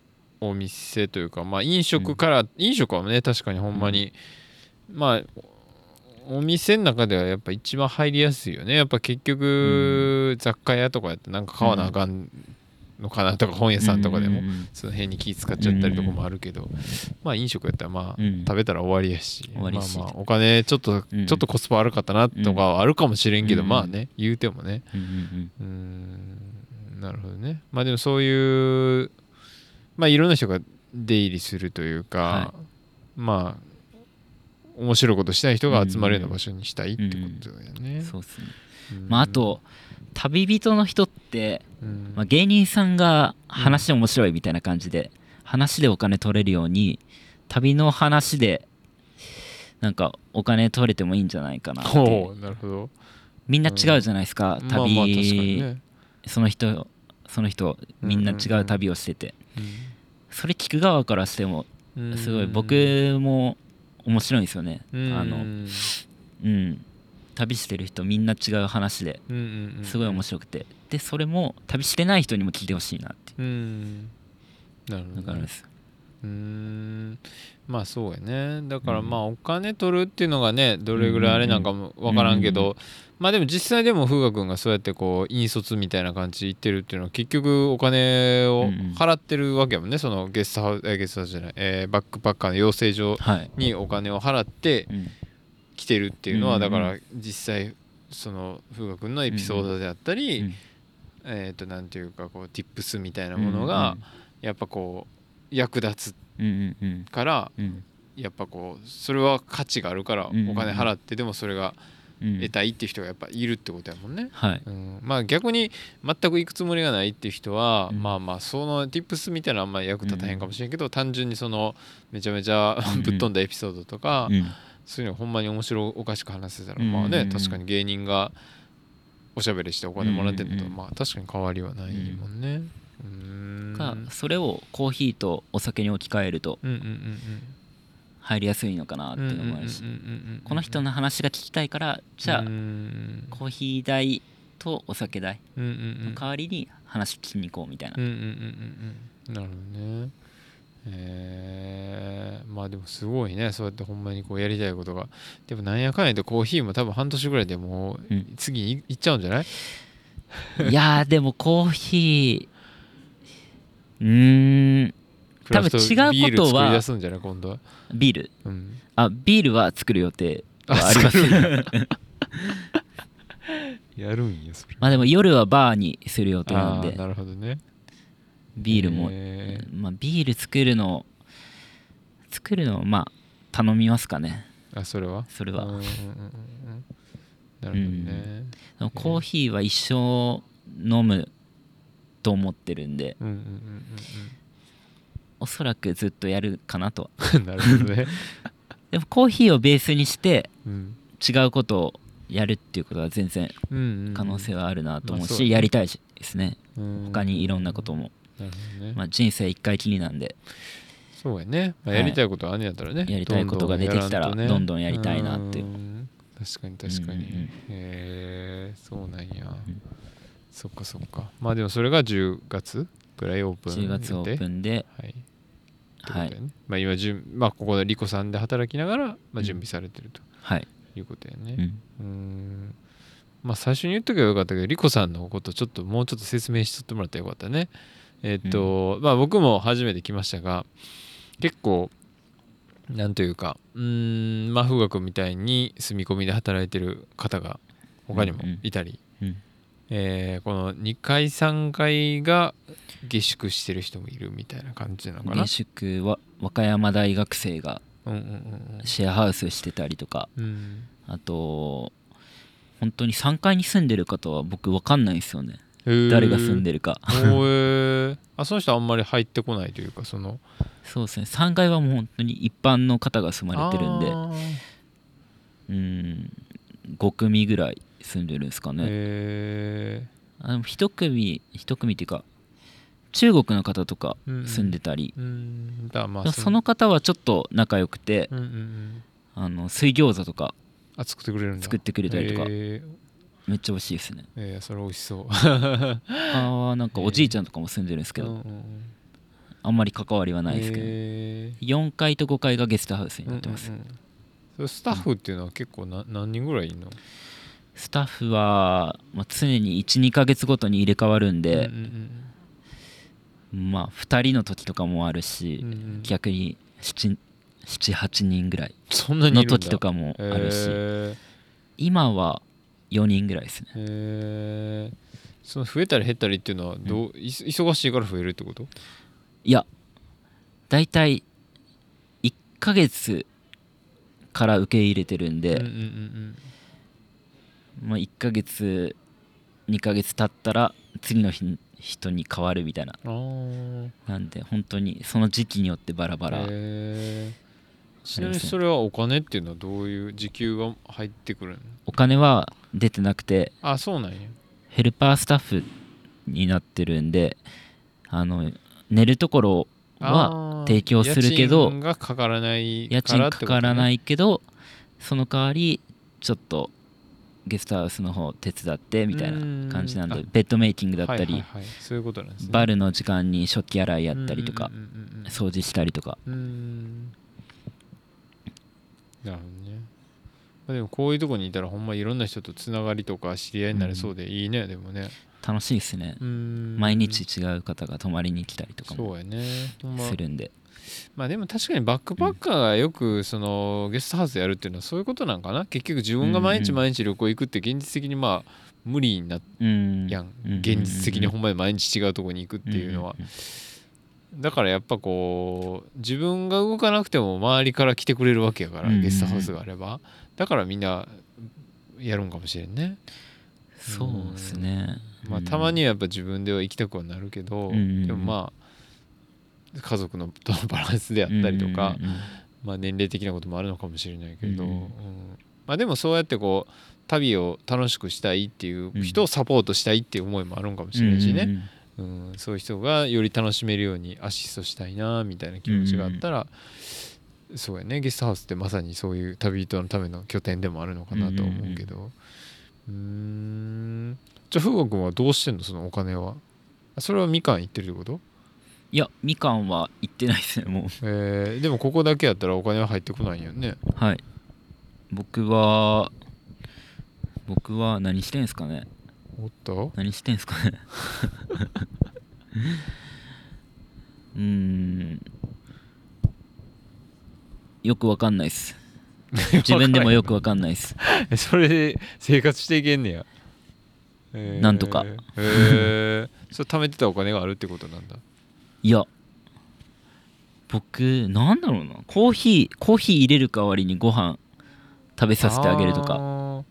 お店というか、まあ、飲食から、うん、飲食はね確かにほんまに、うん、まあお店の中ではやっぱ一番入りやすいよね。やっぱ結局、うん、雑貨屋とかやってなんか買わなあかんのかなとか、本屋さんとかでもその辺に気使っちゃったりとかもあるけど、まあ飲食やったらまあ食べたら終わりやし、まあまあお金ちょっとちょっとコスパ悪かったなとかはあるかもしれんけど、まあね言うてもね、うーんなるほどね。まあでもそういうまあいろんな人が出入りするというか、はい、まあ面白いことしたい人が集まるような場所にしたいってことだよね。 うんうん、そうですね。まああと旅人の人って、うんまあ、芸人さんが話面白いみたいな感じで、うん、話でお金取れるように旅の話でなんかお金取れてもいいんじゃないかなって。 おなるほど。 みんな違うじゃないですか、うん、旅、まあまあ確かにね、その人その人みんな違う旅をしてて、うんうんうん、それ聞く側からしてもすごい僕も面白いんですよね。あのうん旅してる人みんな違う話ですごい面白くて、でそれも旅してない人にも聞いてほしいなっていう。 なるほど、ね、だからですうーんまあそうやね。だからまあお金取るっていうのがねどれぐらいあれなんかも分からんけど、まあでも実際でも風雅君がそうやってこう引率みたいな感じで言ってるっていうのは結局お金を払ってるわけやもんね。そのゲストハウス、えゲストハウスじゃない、えー、バックパッカーの養成所にお金を払って来てるっていうのは、だから実際その風雅君のエピソードであったり、えっとなんていうかこう tips みたいなものがやっぱこう役立つからやっぱこうそれは価値があるからお金払ってでもそれが得たいっていう人がやっぱいるってことやもんね。 はいうん、まあ逆に全く行くつもりがないっていう人は、うん、まあまあその tips みたいなのはあんまり役立たへんかもしれんけど、うん、単純にそのめちゃめちゃぶっ飛んだエピソードとか、うん、そういうのほんまに面白おかしく話せたら、うん、まあね確かに芸人がおしゃべりしてお金もらってるのと、うん、まあ確かに変わりはないもんね。うん、 かそれをコーヒーとお酒に置き換えると、うんうんうんうん入りやすいのかなっていうのもあるし、この人の話が聞きたいからじゃあコーヒー代とお酒代の代わりに話聞きに行こうみたいな。 うんうんうんうん、なるほどね。えー、まあでもすごいねそうやってほんまにこうやりたいことが。でもなんやかんやでコーヒーも多分半年ぐらいでもう次に行っちゃうんじゃない？ いやでもコーヒーうーん多分違うことはビール作り出すんじゃない今度は。ビール、うん、あビールは作る予定はありますやるんやそれ。 まあでも夜はバーにする予定なんで。 なるほどね。 ビールも、まあ、ビール作るの作るのまあ頼みますかね。 あそれはそれは。うんうんうん、 なるほどね。 うん、コーヒーは一生飲むと思ってるんで、うんうんうんうん、おそらくずっとやるかなとなるほどねでもコーヒーをベースにして違うことをやるっていうことは全然可能性はあるなと思うし、やりたいですね。他にいろんなことも、なるほどね。まあ、人生一回きりなんでそうやね、まあ、やりたいことはあるんやったらね、はい、 やりたいことが出てきたらどんどんやりたいなっていう。 確かに確かに、うんうん、へえそうなんや、うん、そっかそっか。まあでもそれがじゅうがつぐらいオープンでじゅうがつオープンで、 はいはい、まあ、今じゅ、まあ、ここでリコさんで働きながら、まあ、準備されてると、うんはい、いうことやね。うん、うーんまあ最初に言っとけばよかったけどリコさんのことちょっともうちょっと説明しとってもらったらよかったね。えー、っと、うん、まあ僕も初めて来ましたが結構なんというかうーんまあ風雅君みたいに住み込みで働いてる方が他にもいたり、うんうんえー、このにかいさんがいが下宿してる人もいるみたいな感じなのかな。 下宿は和歌山大学生がシェアハウスしてたりとか、うん、あと本当にさんがいに住んでる方は僕分かんないんですよね。誰が住んでるかあその人あんまり入ってこないというかそのそうですねさんがいはもう本当に一般の方が住まれてるんでうんごくみぐらい住んでるんですかね。へあでも一組一組っていうか中国の方とか住んでたり、うんうんだまあ、その方はちょっと仲良くて、うんうんうん、あの水餃子とかあ作ってくれるんだ作ってくれたりとかめっちゃ美味しいですね。 えー、それ美味しそうあなんかおじいちゃんとかも住んでるんですけど、うんうん、 あんまり関わりはないですけど、えー、よんかいとごかいがゲストハウスになってます、うんうんうん、 それスタッフっていうのは結構な、うん、何人ぐらいいるの？ スタッフは、まあ、常に いち,に ヶ月ごとに入れ替わるんで、うんうんうん、まあふたりの時とかもあるし、うんうん、逆にななはちにんぐらいの時とかもあるし、えー、今はよにんぐらいですね。 へー、その増えたり減ったりっていうのはどう、うん、忙しいから増えるってこと？ いや、だいたいいっかげつから受け入れてるんで、うんうんうんうん、まあ、いっかげつにかげつ経ったら次の日人に変わるみたいな。なんで本当にその時期によってバラバラ。 ちなみにそれはお金っていうのはどういう時給が入ってくるの？ お金は出てなくて、 あ、そうなんや。 ヘルパースタッフになってるんで、あの寝るところは提供するけど、 家賃がかからない家賃かからないけど、その代わりちょっとゲストハウスの方手伝ってみたいな感じなんで、ベッドメイキングだったり、 そういうことなんですね。 バルの時間に食器洗いやったりとか、掃除したりとか。うーん、 なるほどね。まあ、でもこういうとこにいたらほんまいろんな人とつながりとか知り合いになれそうでいいね、うん、でもね楽しいですね。毎日違う方が泊まりに来たりとかもするんで、 まあでも確かにバックパッカーがよくそのゲストハウスやるっていうのはそういうことなんかな。結局自分が毎日毎日旅行行くって現実的にまあ無理になっやん、現実的にほんまに毎日違うとこに行くっていうのは。だからやっぱこう自分が動かなくても周りから来てくれるわけやから、ゲストハウスがあればだからみんなやるんかもしれんね。 そうですね。 まあたまにはやっぱ自分では行きたくはなるけど、でもまあ家族のとのバランスであったりとか、まあ年齢的なこともあるのかもしれないけど、うん、まあでもそうやってこう旅を楽しくしたいっていう人をサポートしたいっていう思いもあるんかもしれないしね、うん、そういう人がより楽しめるようにアシストしたいなみたいな気持ちがあったら、そうやね、ゲストハウスってまさにそういう旅人のための拠点でもあるのかなと思うけど、うーん、じゃあ風雅君はどうしてんのそのお金は？それはみかん行ってるってこと？ いや、みかんは行ってないですねもう、 えー、でもここだけやったらお金は入ってこないんよね。 はい。僕は僕は何してんすかね。 おっと何してんすかねうーん、よくわかんないっす自分でもよくわかんないっすそれで生活していけんねや、 えー、なんとか、 えー、それ貯めてたお金があるってことなんだ。 いや、僕なんだろうな、コーヒーコーヒー入れる代わりにご飯食べさせてあげるとか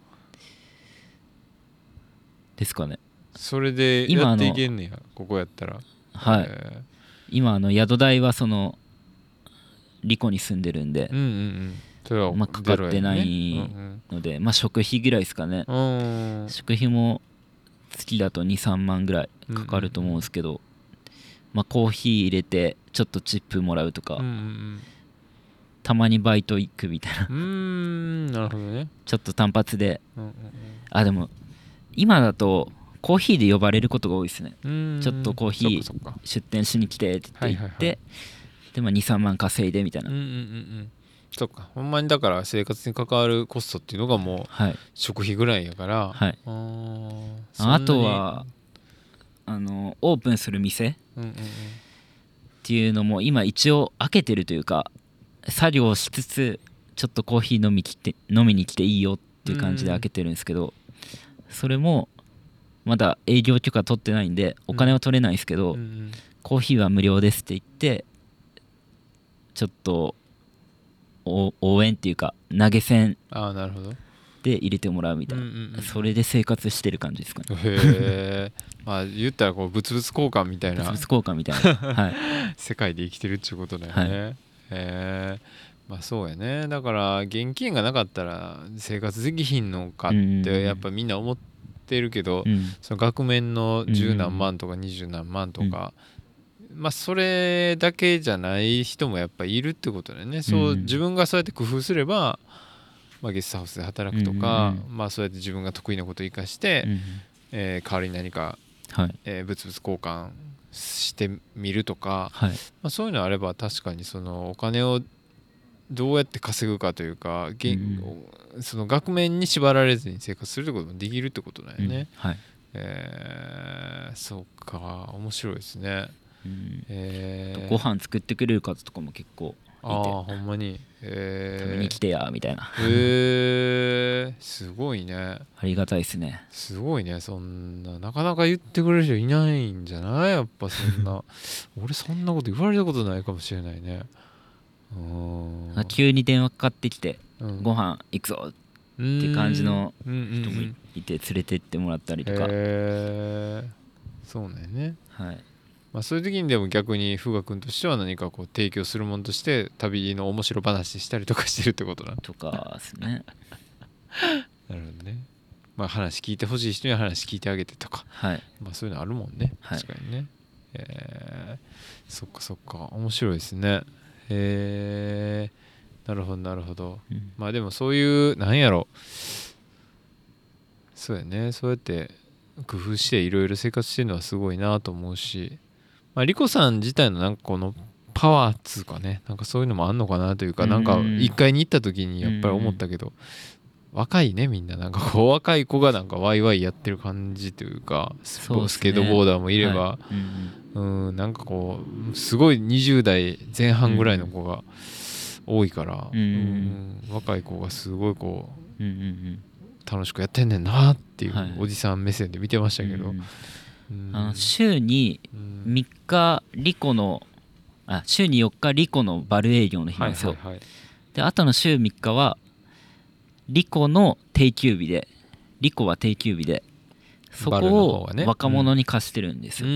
ですかね。 それでやっていけんねやここやったら。 はい、えー、今あの宿代はそのリコに住んでるんで、うんうんうん、それはまあかかってないので、ね、うんうん、まあ食費ぐらいですかね。食費も月だとにさんまんぐらいかかると思うんですけど、うんうん、まあ、コーヒー入れてちょっとチップもらうとか、うんうん、たまにバイト行くみたいな。うーん、なるほどね。 ちょっと単発で、うんうんうん、あでも今だとコーヒーで呼ばれることが多いですね。ちょっとコーヒー出店しに来てって言って、はいはいはい、でもにさんまん稼いでみたいな。うんうんうんうん、 そっか、ほんまにだから生活に関わるコストっていうのがもう食費ぐらいやから、はい、 あ, あとはあのオープンする店っていうのも今一応開けてるというか、作業しつつちょっとコーヒー飲み来て飲みに来ていいよっていう感じで開けてるんですけど、それもまだ営業許可取ってないんでお金は取れないですけど、コーヒーは無料ですって言ってちょっと応援っていうか投げ銭で入れてもらうみたいな、うんうんうん、それで生活してる感じですかね。 へえ、まあ言ったらこう物々交換みたいな、 物々交換みたいな、はい、 世界で生きてるっていうことだよね。はい、へえ、まあそうやね。だから現金がなかったら生活できひんのかってやっぱみんな思ってるけど、うん、その額面の十何万とか二十何万とか、うん、まあそれだけじゃない人もやっぱいるってことだよね。そう自分がそうやって工夫すれば、まあ、ゲストハウスで働くとか、まあそうやって自分が得意なことを生かして、えー、代わりに何か、はい、えー、物々交換してみるとか、 はい、 まあ、そういうのあれば確かにそのお金をどうやって稼ぐかというか、うん、その額面に縛られずに生活するってこともできるってことだよね、 うん、はい、 えー、そうか面白いですね、 うんえー、 ご飯作ってくれる方とかも結構いて、 ああほんまに、えー、 食べに来てやみたいな、 えー、すごいね、ありがたいですね、 すごいね、そんななかなか言ってくれる人いないんじゃない、やっぱそんな俺そんなこと言われたことないかもしれないね。 うん、急に電話かかってきて、うん、ご飯行くぞって感じの人もいて連れてってもらったりとか、 へー、そうなんやね、 はい、 まあ、そういう時にでも逆にフガ君としては何かこう提供するものとして旅の面白話したりとかしてるってことなとかですねなるほどね、まあ、話聞いてほしい人には話聞いてあげてとか、 はい、 まあ、そういうのあるもんね、確かにね、はい、えー、そっかそっか面白いですね、へえー、なるほどなるほど、うん、まあでもそういうなんやろそうやね、そうやって工夫していろいろ生活してるのはすごいなと思うし、まあ、リコさん自体のなんかこのパワーっつうかね、なんかそういうのもあんのかなというか、なんか一回に行った時にやっぱり思ったけど、若いねみんななんかこう若い子がなんかワイワイやってる感じというか、スケートボーダーもいれば、うんなんかこうすごいにじゅう代前半ぐらいの子が多いから、うん若い子がすごいこう楽しくやってんねんなっていうおじさん目線で見てましたけど、 あの週にみっかリコのあ週によっかリコのバル営業の日なんですよ、はいはいはい、であとの週みっかはリコの定休日で、リコは定休日でそこを若者に貸してるんですよ、うん、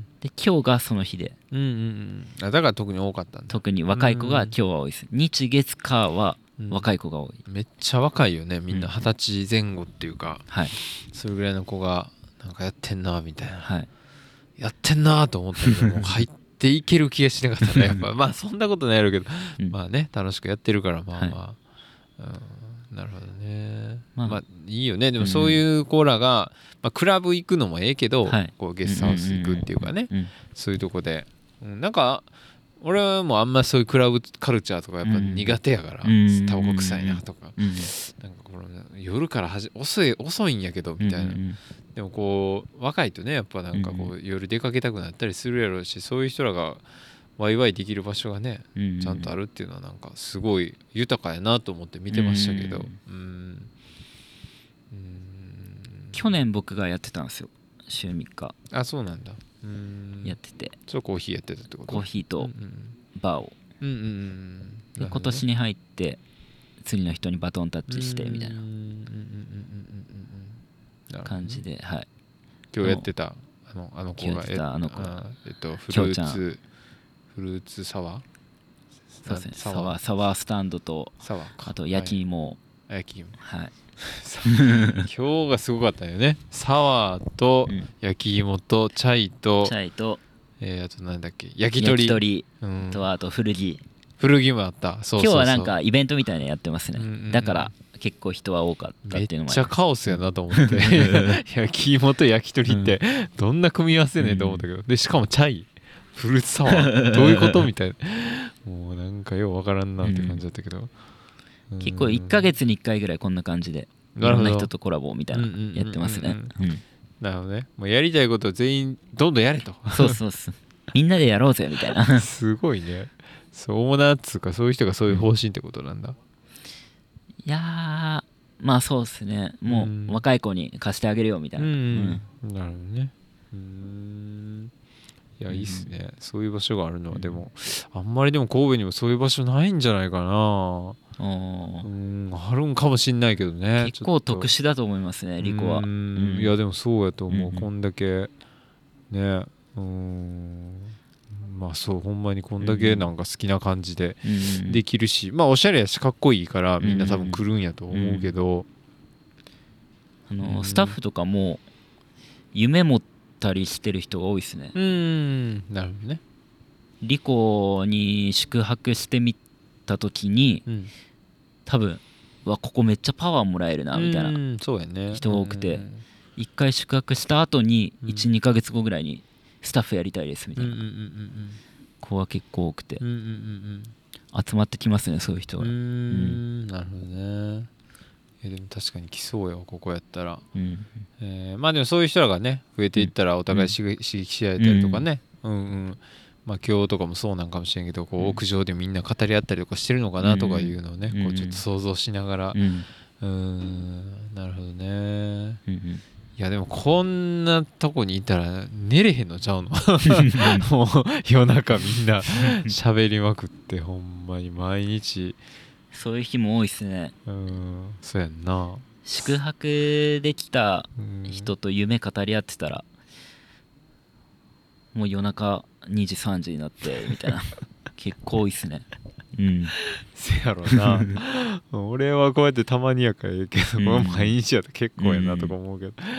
で今日がその日で、 うんうんうん、だから特に多かったんだ。 特に若い子が今日は多いです。日月火は若い子が多い、 うん、めっちゃ若いよねみんな、はたちぜん後っていうか、はい、それぐらいの子がなんかやってんなみたいな、はい、やってんなと思ったけども入っていける気がしなかったねやっぱまあそんなことないやろうけど、うん、まあね楽しくやってるからまあまあ、はい、うん、なるほどね、まあ、まあいいよね。でもそういう子らが、まあ、クラブ行くのもええけど、はい、こうゲストハウス行くっていうかね、うんうんうんうん、そういうとこで、うん、なんか俺もあんまそういうクラブカルチャーとかやっぱ苦手やから、うん、タバコ臭いなとか、うん、なんかこの夜からはじ遅い遅いんやけどみたいな、うんうん、でもこう若いとねやっぱなんかこう夜出かけたくなったりするやろうし、そういう人らがワイワイできる場所がね、うんうん、ちゃんとあるっていうのはなんかすごい豊かやなと思って見てましたけど、うんうん、 去年僕がやってたんですよ週みっか。 あ、そうなんだ。うーんやってて、 そうコーヒーやってたってこと？ コーヒーとバーを、うんうんうん、で今年に入って次の人にバトンタッチしてみたいな感じで、はい、 今日やってたあのあの子がやってたあの子がえっとフルーツフルーツサワー、 そうですね、サワーサワースタンドとあと焼き芋、 はい、焼き芋、 はい今日がすごかったよね。サワーと焼き芋とチャイと、 チャイと、 えー、あとなんだっけ、焼き鳥、 焼き鳥、うん、とあと古着古着もあった。そうそうそう、 今日はなんかイベントみたいなのやってますね、うんうん、だから結構人は多かったっていうのもあります。 めっちゃカオスやなと思って焼き芋と焼き鳥ってどんな組み合わせねんと思ったけど、うん、でしかもチャイフルーツサワーどういうことみたいなもうなんかようわからんなって感じだったけど、 うん、結構いっかげつにいっかいぐらいこんな感じでいろんな人とコラボみたいなやってますね。 なるほどね。もうやりたいことを全員どんどんやれと。 そうそうそう。みんなでやろうぜみたいな。 すごいね。そうなっつうかそういう人がそういう方針ってことなんだ。うん、 いやーまあそうですね。もう若い子に貸してあげるよみたいな。うん、 うん、なるほどね。うーん。いやいいっすね、うん、そういう場所があるのは。でもあんまりでも神戸にもそういう場所ないんじゃないかな。うん、あるんかもしんないけどね。 結構特殊だと思いますねリコは。うん、 いやでもそうやと思う、うん、こんだけね、うん、まあそうほんまにこんだけなんか好きな感じでできるし、うん、まあおしゃれやしかっこいいからみんな多分来るんやと思うけど、 うんうん、あのスタッフとかも夢持ったりしてる人が多いですね。 うん、なるほどね。 リコに宿泊してみた時に、うん、多分わここめっちゃパワーもらえるなみたいな人が多くて、いっかい宿泊した後に いち,に ヶ月後ぐらいにスタッフやりたいですみたいな子は結構多くて、うんうんうんうん、集まってきますねそういう人が。うーん、 うん、なるほどね。えでも確かに来そうよここやったら、うんえー、まあでもそういう人らがね増えていったらお互い刺激、うん、刺激し合えたりとかね、うんうん、まあ今日とかもそうなんかもしれんけどこう屋上でみんな語り合ったりとかしてるのかなとかいうのをね、うん、こうちょっと想像しながら、うん、うーんなるほどね、うんうん、いやでもこんなとこにいたら寝れへんのちゃうのもう夜中みんな喋りまくってほんまに毎日そういう日も多いっすね。 うん、そうやんな。 宿泊できた人と夢語り合ってたら、もう夜中にじさんじになってみたいな結構多いっすね。うん。 せやろな。俺はこうやってたまにやから言うけど、うん、毎日やと結構やなとか思うけど、うん、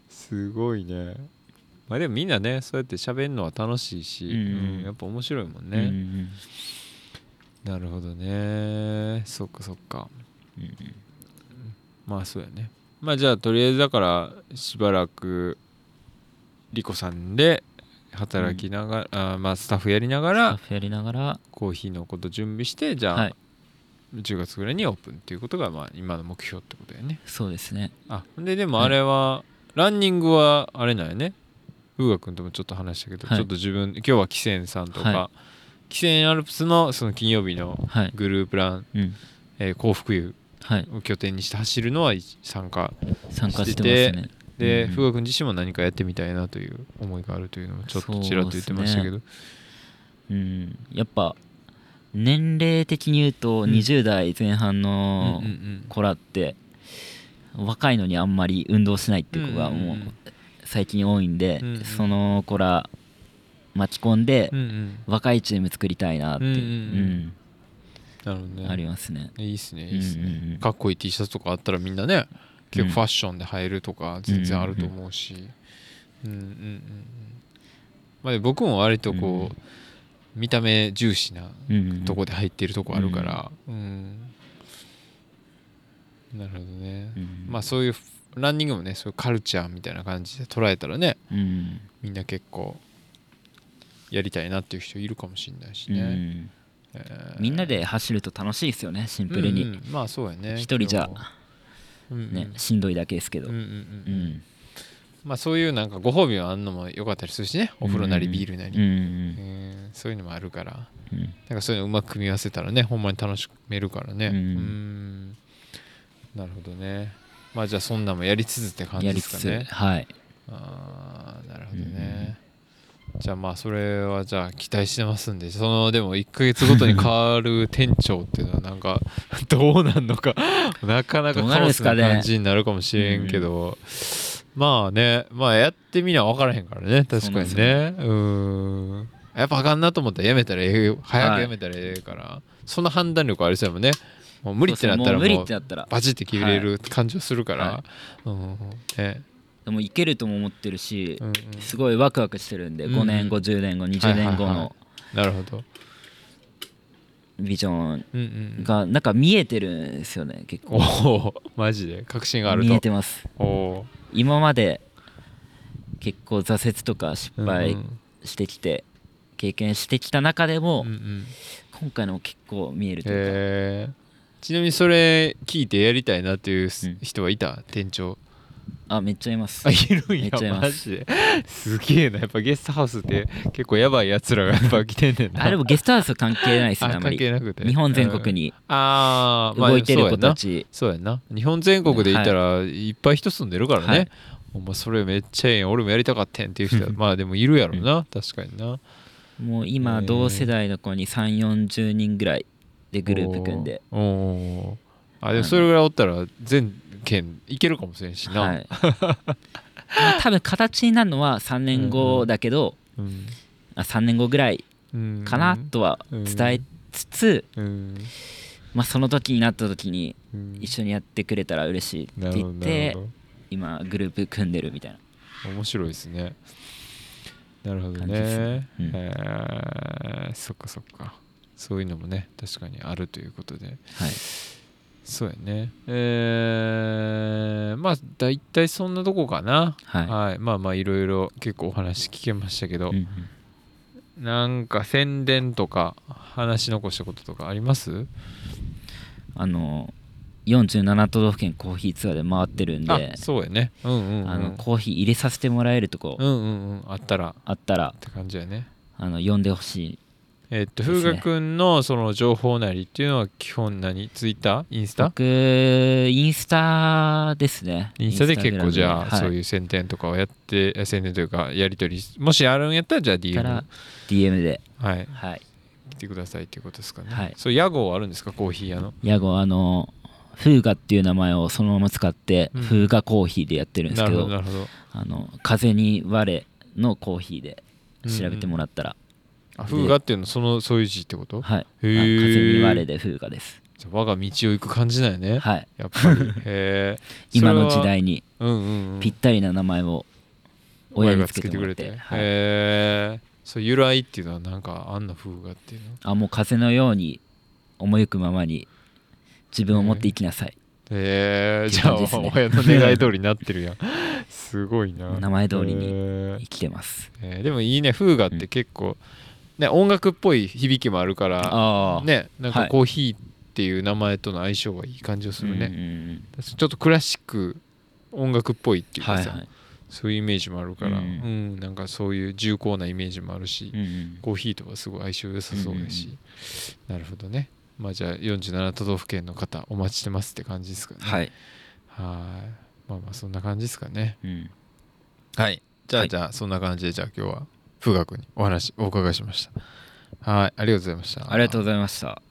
すごいね。まあでもみんなねそうやって喋るのは楽しいし、うんうん、やっぱ面白いもんね。うんうん、なるほどね。そっかそっか、うんうん、まあそうやね。まあじゃあとりあえずだからしばらくリコさんで働きながら、うん、あまあスタッフやりながらスタッフやりながらコーヒーのこと準備してじゃあ、はい、じゅうがつぐらいにオープンっていうことがまあ今の目標ってことだよね。 そうですね。 あででもあれは、はい、ランニングはあれなんやね。風雅君ともちょっと話したけど、はい、ちょっと自分今日は汽船さんとか、はい、汽船アルプスのその金曜日のグループラン、はいうんえー、幸福湯を拠点にして走るのは参加してて、 参加してますね。 で、風雅君自身も何かやってみたいなという思いがあるというのをちょっとちらっと言ってましたけど、 う、ねうん、やっぱ年齢的に言うとにじゅう代前半の子らって若いのにあんまり運動しないっていう子がもう最近多いんで、うんうん、その子ら巻き込んで若いチーム作りたいなっていう、うんうん、 なるほどね、 ありますね。 いいっすねいいっすね、うんうん、かっこいい T シャツとかあったらみんなね結構ファッションで入るとか全然あると思うし、うんうんうんうんまあ、僕も割とこう、うん、見た目重視なとこで入っているとこあるから、うんうん、なるほどね、うん、まあそういうランニングもねそういうカルチャーみたいな感じで捉えたらね、うん、みんな結構やりたいなっていう人いるかもしれないしね、うんえー、みんなで走ると楽しいですよねシンプルに、うんうん、 まあそうやね一人じゃ、うんうんね、しんどいだけですけど、うんうんうんうんまあ、そういうなんかご褒美はあんのも良かったりするしねお風呂なりビールなり、うんうんえー、そういうのもあるから、うん、なんかそういうのうまく組み合わせたらねほんまに楽しめるからね、うん、うんなるほどね。まあじゃあそんなもやりつつって感じですかね。 はいああなるほどね、うん、じゃあまあそれはじゃあ期待してますんでそのでもいっかげつごとに変わる店長っていうのはなんかどうなんのかなかなかカオスな感じになるかもしれんけど、まあねまあやってみな分からへんからね確かにねうんやっぱあかんなと思ったらやめたらええ早くやめたらええから、はい、その判断力ありそうやもんね。もう無理ってなったらもうバチって切れる感じがするから、はいうんね、 でもいけるとも思ってるし、うんうん、すごいワクワクしてるんで、うんうん、ごねんごじゅうねんごにじゅうねんごのなるほどビジョンがなんか見えてるんですよね結構。 おマジで確信があると見えてます。お今まで結構挫折とか失敗してきて、うんうん、経験してきた中でも、うんうん、今回のも結構見えるというか。 ちなみにそれ聞いてやりたいなっていう人はいた、うん、店長。 あめっちゃいます。 あいるんやめっちゃいますマジですげえなやっぱゲストハウスって結構やばいやつらがやっぱ来てんねんなあでもゲストハウス関係ないですねあんまり。 関係なくて日本全国に動いてる子たち、 そうやな日本全国でいたらいっぱい人住んでるからね、はい、お前それめっちゃええん俺もやりたかったんっていう人はまあでもいるやろな確かにな。 もう今同世代の子にさんじゅうよんじゅうにんぐらいでグループ組んでおおあでもそれぐらいおったら全県いけるかもしれんしな、はい、 多分形になるのはさんねんごだけど、うんうん、あさんねんごぐらいかなとは伝えつつ、うんうんまあ、その時になった時に一緒にやってくれたら嬉しいって言って今グループ組んでるみたいな。 面白いですね。なるほどね、うん、えー、そっかそっかそういうのもね確かにあるということで、はいそうやね。えー、まあ大体そんなとこかな。 はい、 はい、まあまあいろいろ結構お話聞けましたけど、 うんうん、なんか宣伝とか話し残したこととかあります？ あのよんじゅうなな都道府県コーヒーツアーで回ってるんで、 あ、そうやね。うんうん、うん、 あのコーヒー入れさせてもらえるとこうんうんうんあったらあったらって感じやね。 あの呼んでほしい。 えー、っと風雅くんのその情報なりっていうのは基本何？ツイッター？インスタ？ 僕インスタですね。 インスタで結構じゃあ、 はい、 そういう宣伝とかをやって宣伝というかやり取りもしあるんやったらじゃあ ディーエムディーエム ではい、 はい、 来てくださいっていうことですかね。 はい、 そう屋号あるんですか？コーヒー屋の屋号あの風雅っていう名前をそのまま使って、うん、風雅コーヒーでやってるんですけど、 なるほどなるほど。 あの風に我のコーヒーで調べてもらったら、 うんうん、あ風雅っていうのそのそういう字ってこと？ はい、 へえ。 風に我で風雅です。 じゃ我が道を行く感じだよね。 はい、 やっぱりへ今の時代にうんうんぴったりな名前を親につけてもらって、 へえ。そう由来っていうのはなんかあんな風雅っていうの？ あもう風のように思いゆくままに自分を持っていきなさい。 へえ。じゃあ親の願い通りになってるやん。すごいな。 名前通りに生きてます。 えー、でもいいね。風雅って結構、ね、音楽っぽい響きもあるからね、なんかコーヒーっていう名前との相性がいい感じがするね。はい、うんうん、ちょっとクラシック音楽っぽいっていうかさ、はいはい、そういうイメージもあるから、うん、うん、なんかそういう重厚なイメージもあるし、うんうん、コーヒーとかすごい相性良さそうだし、うんうん、なるほどね。まあじゃあよんじゅうなな都道府県の方お待ちしてますって感じですかね。はい。はい。まあまあそんな感じですかね。うん、はい。じゃあ、はい、じゃあそんな感じでじゃあ今日は風雅君にお話お伺いしました。はい。ありがとうございました。 ありがとうございました。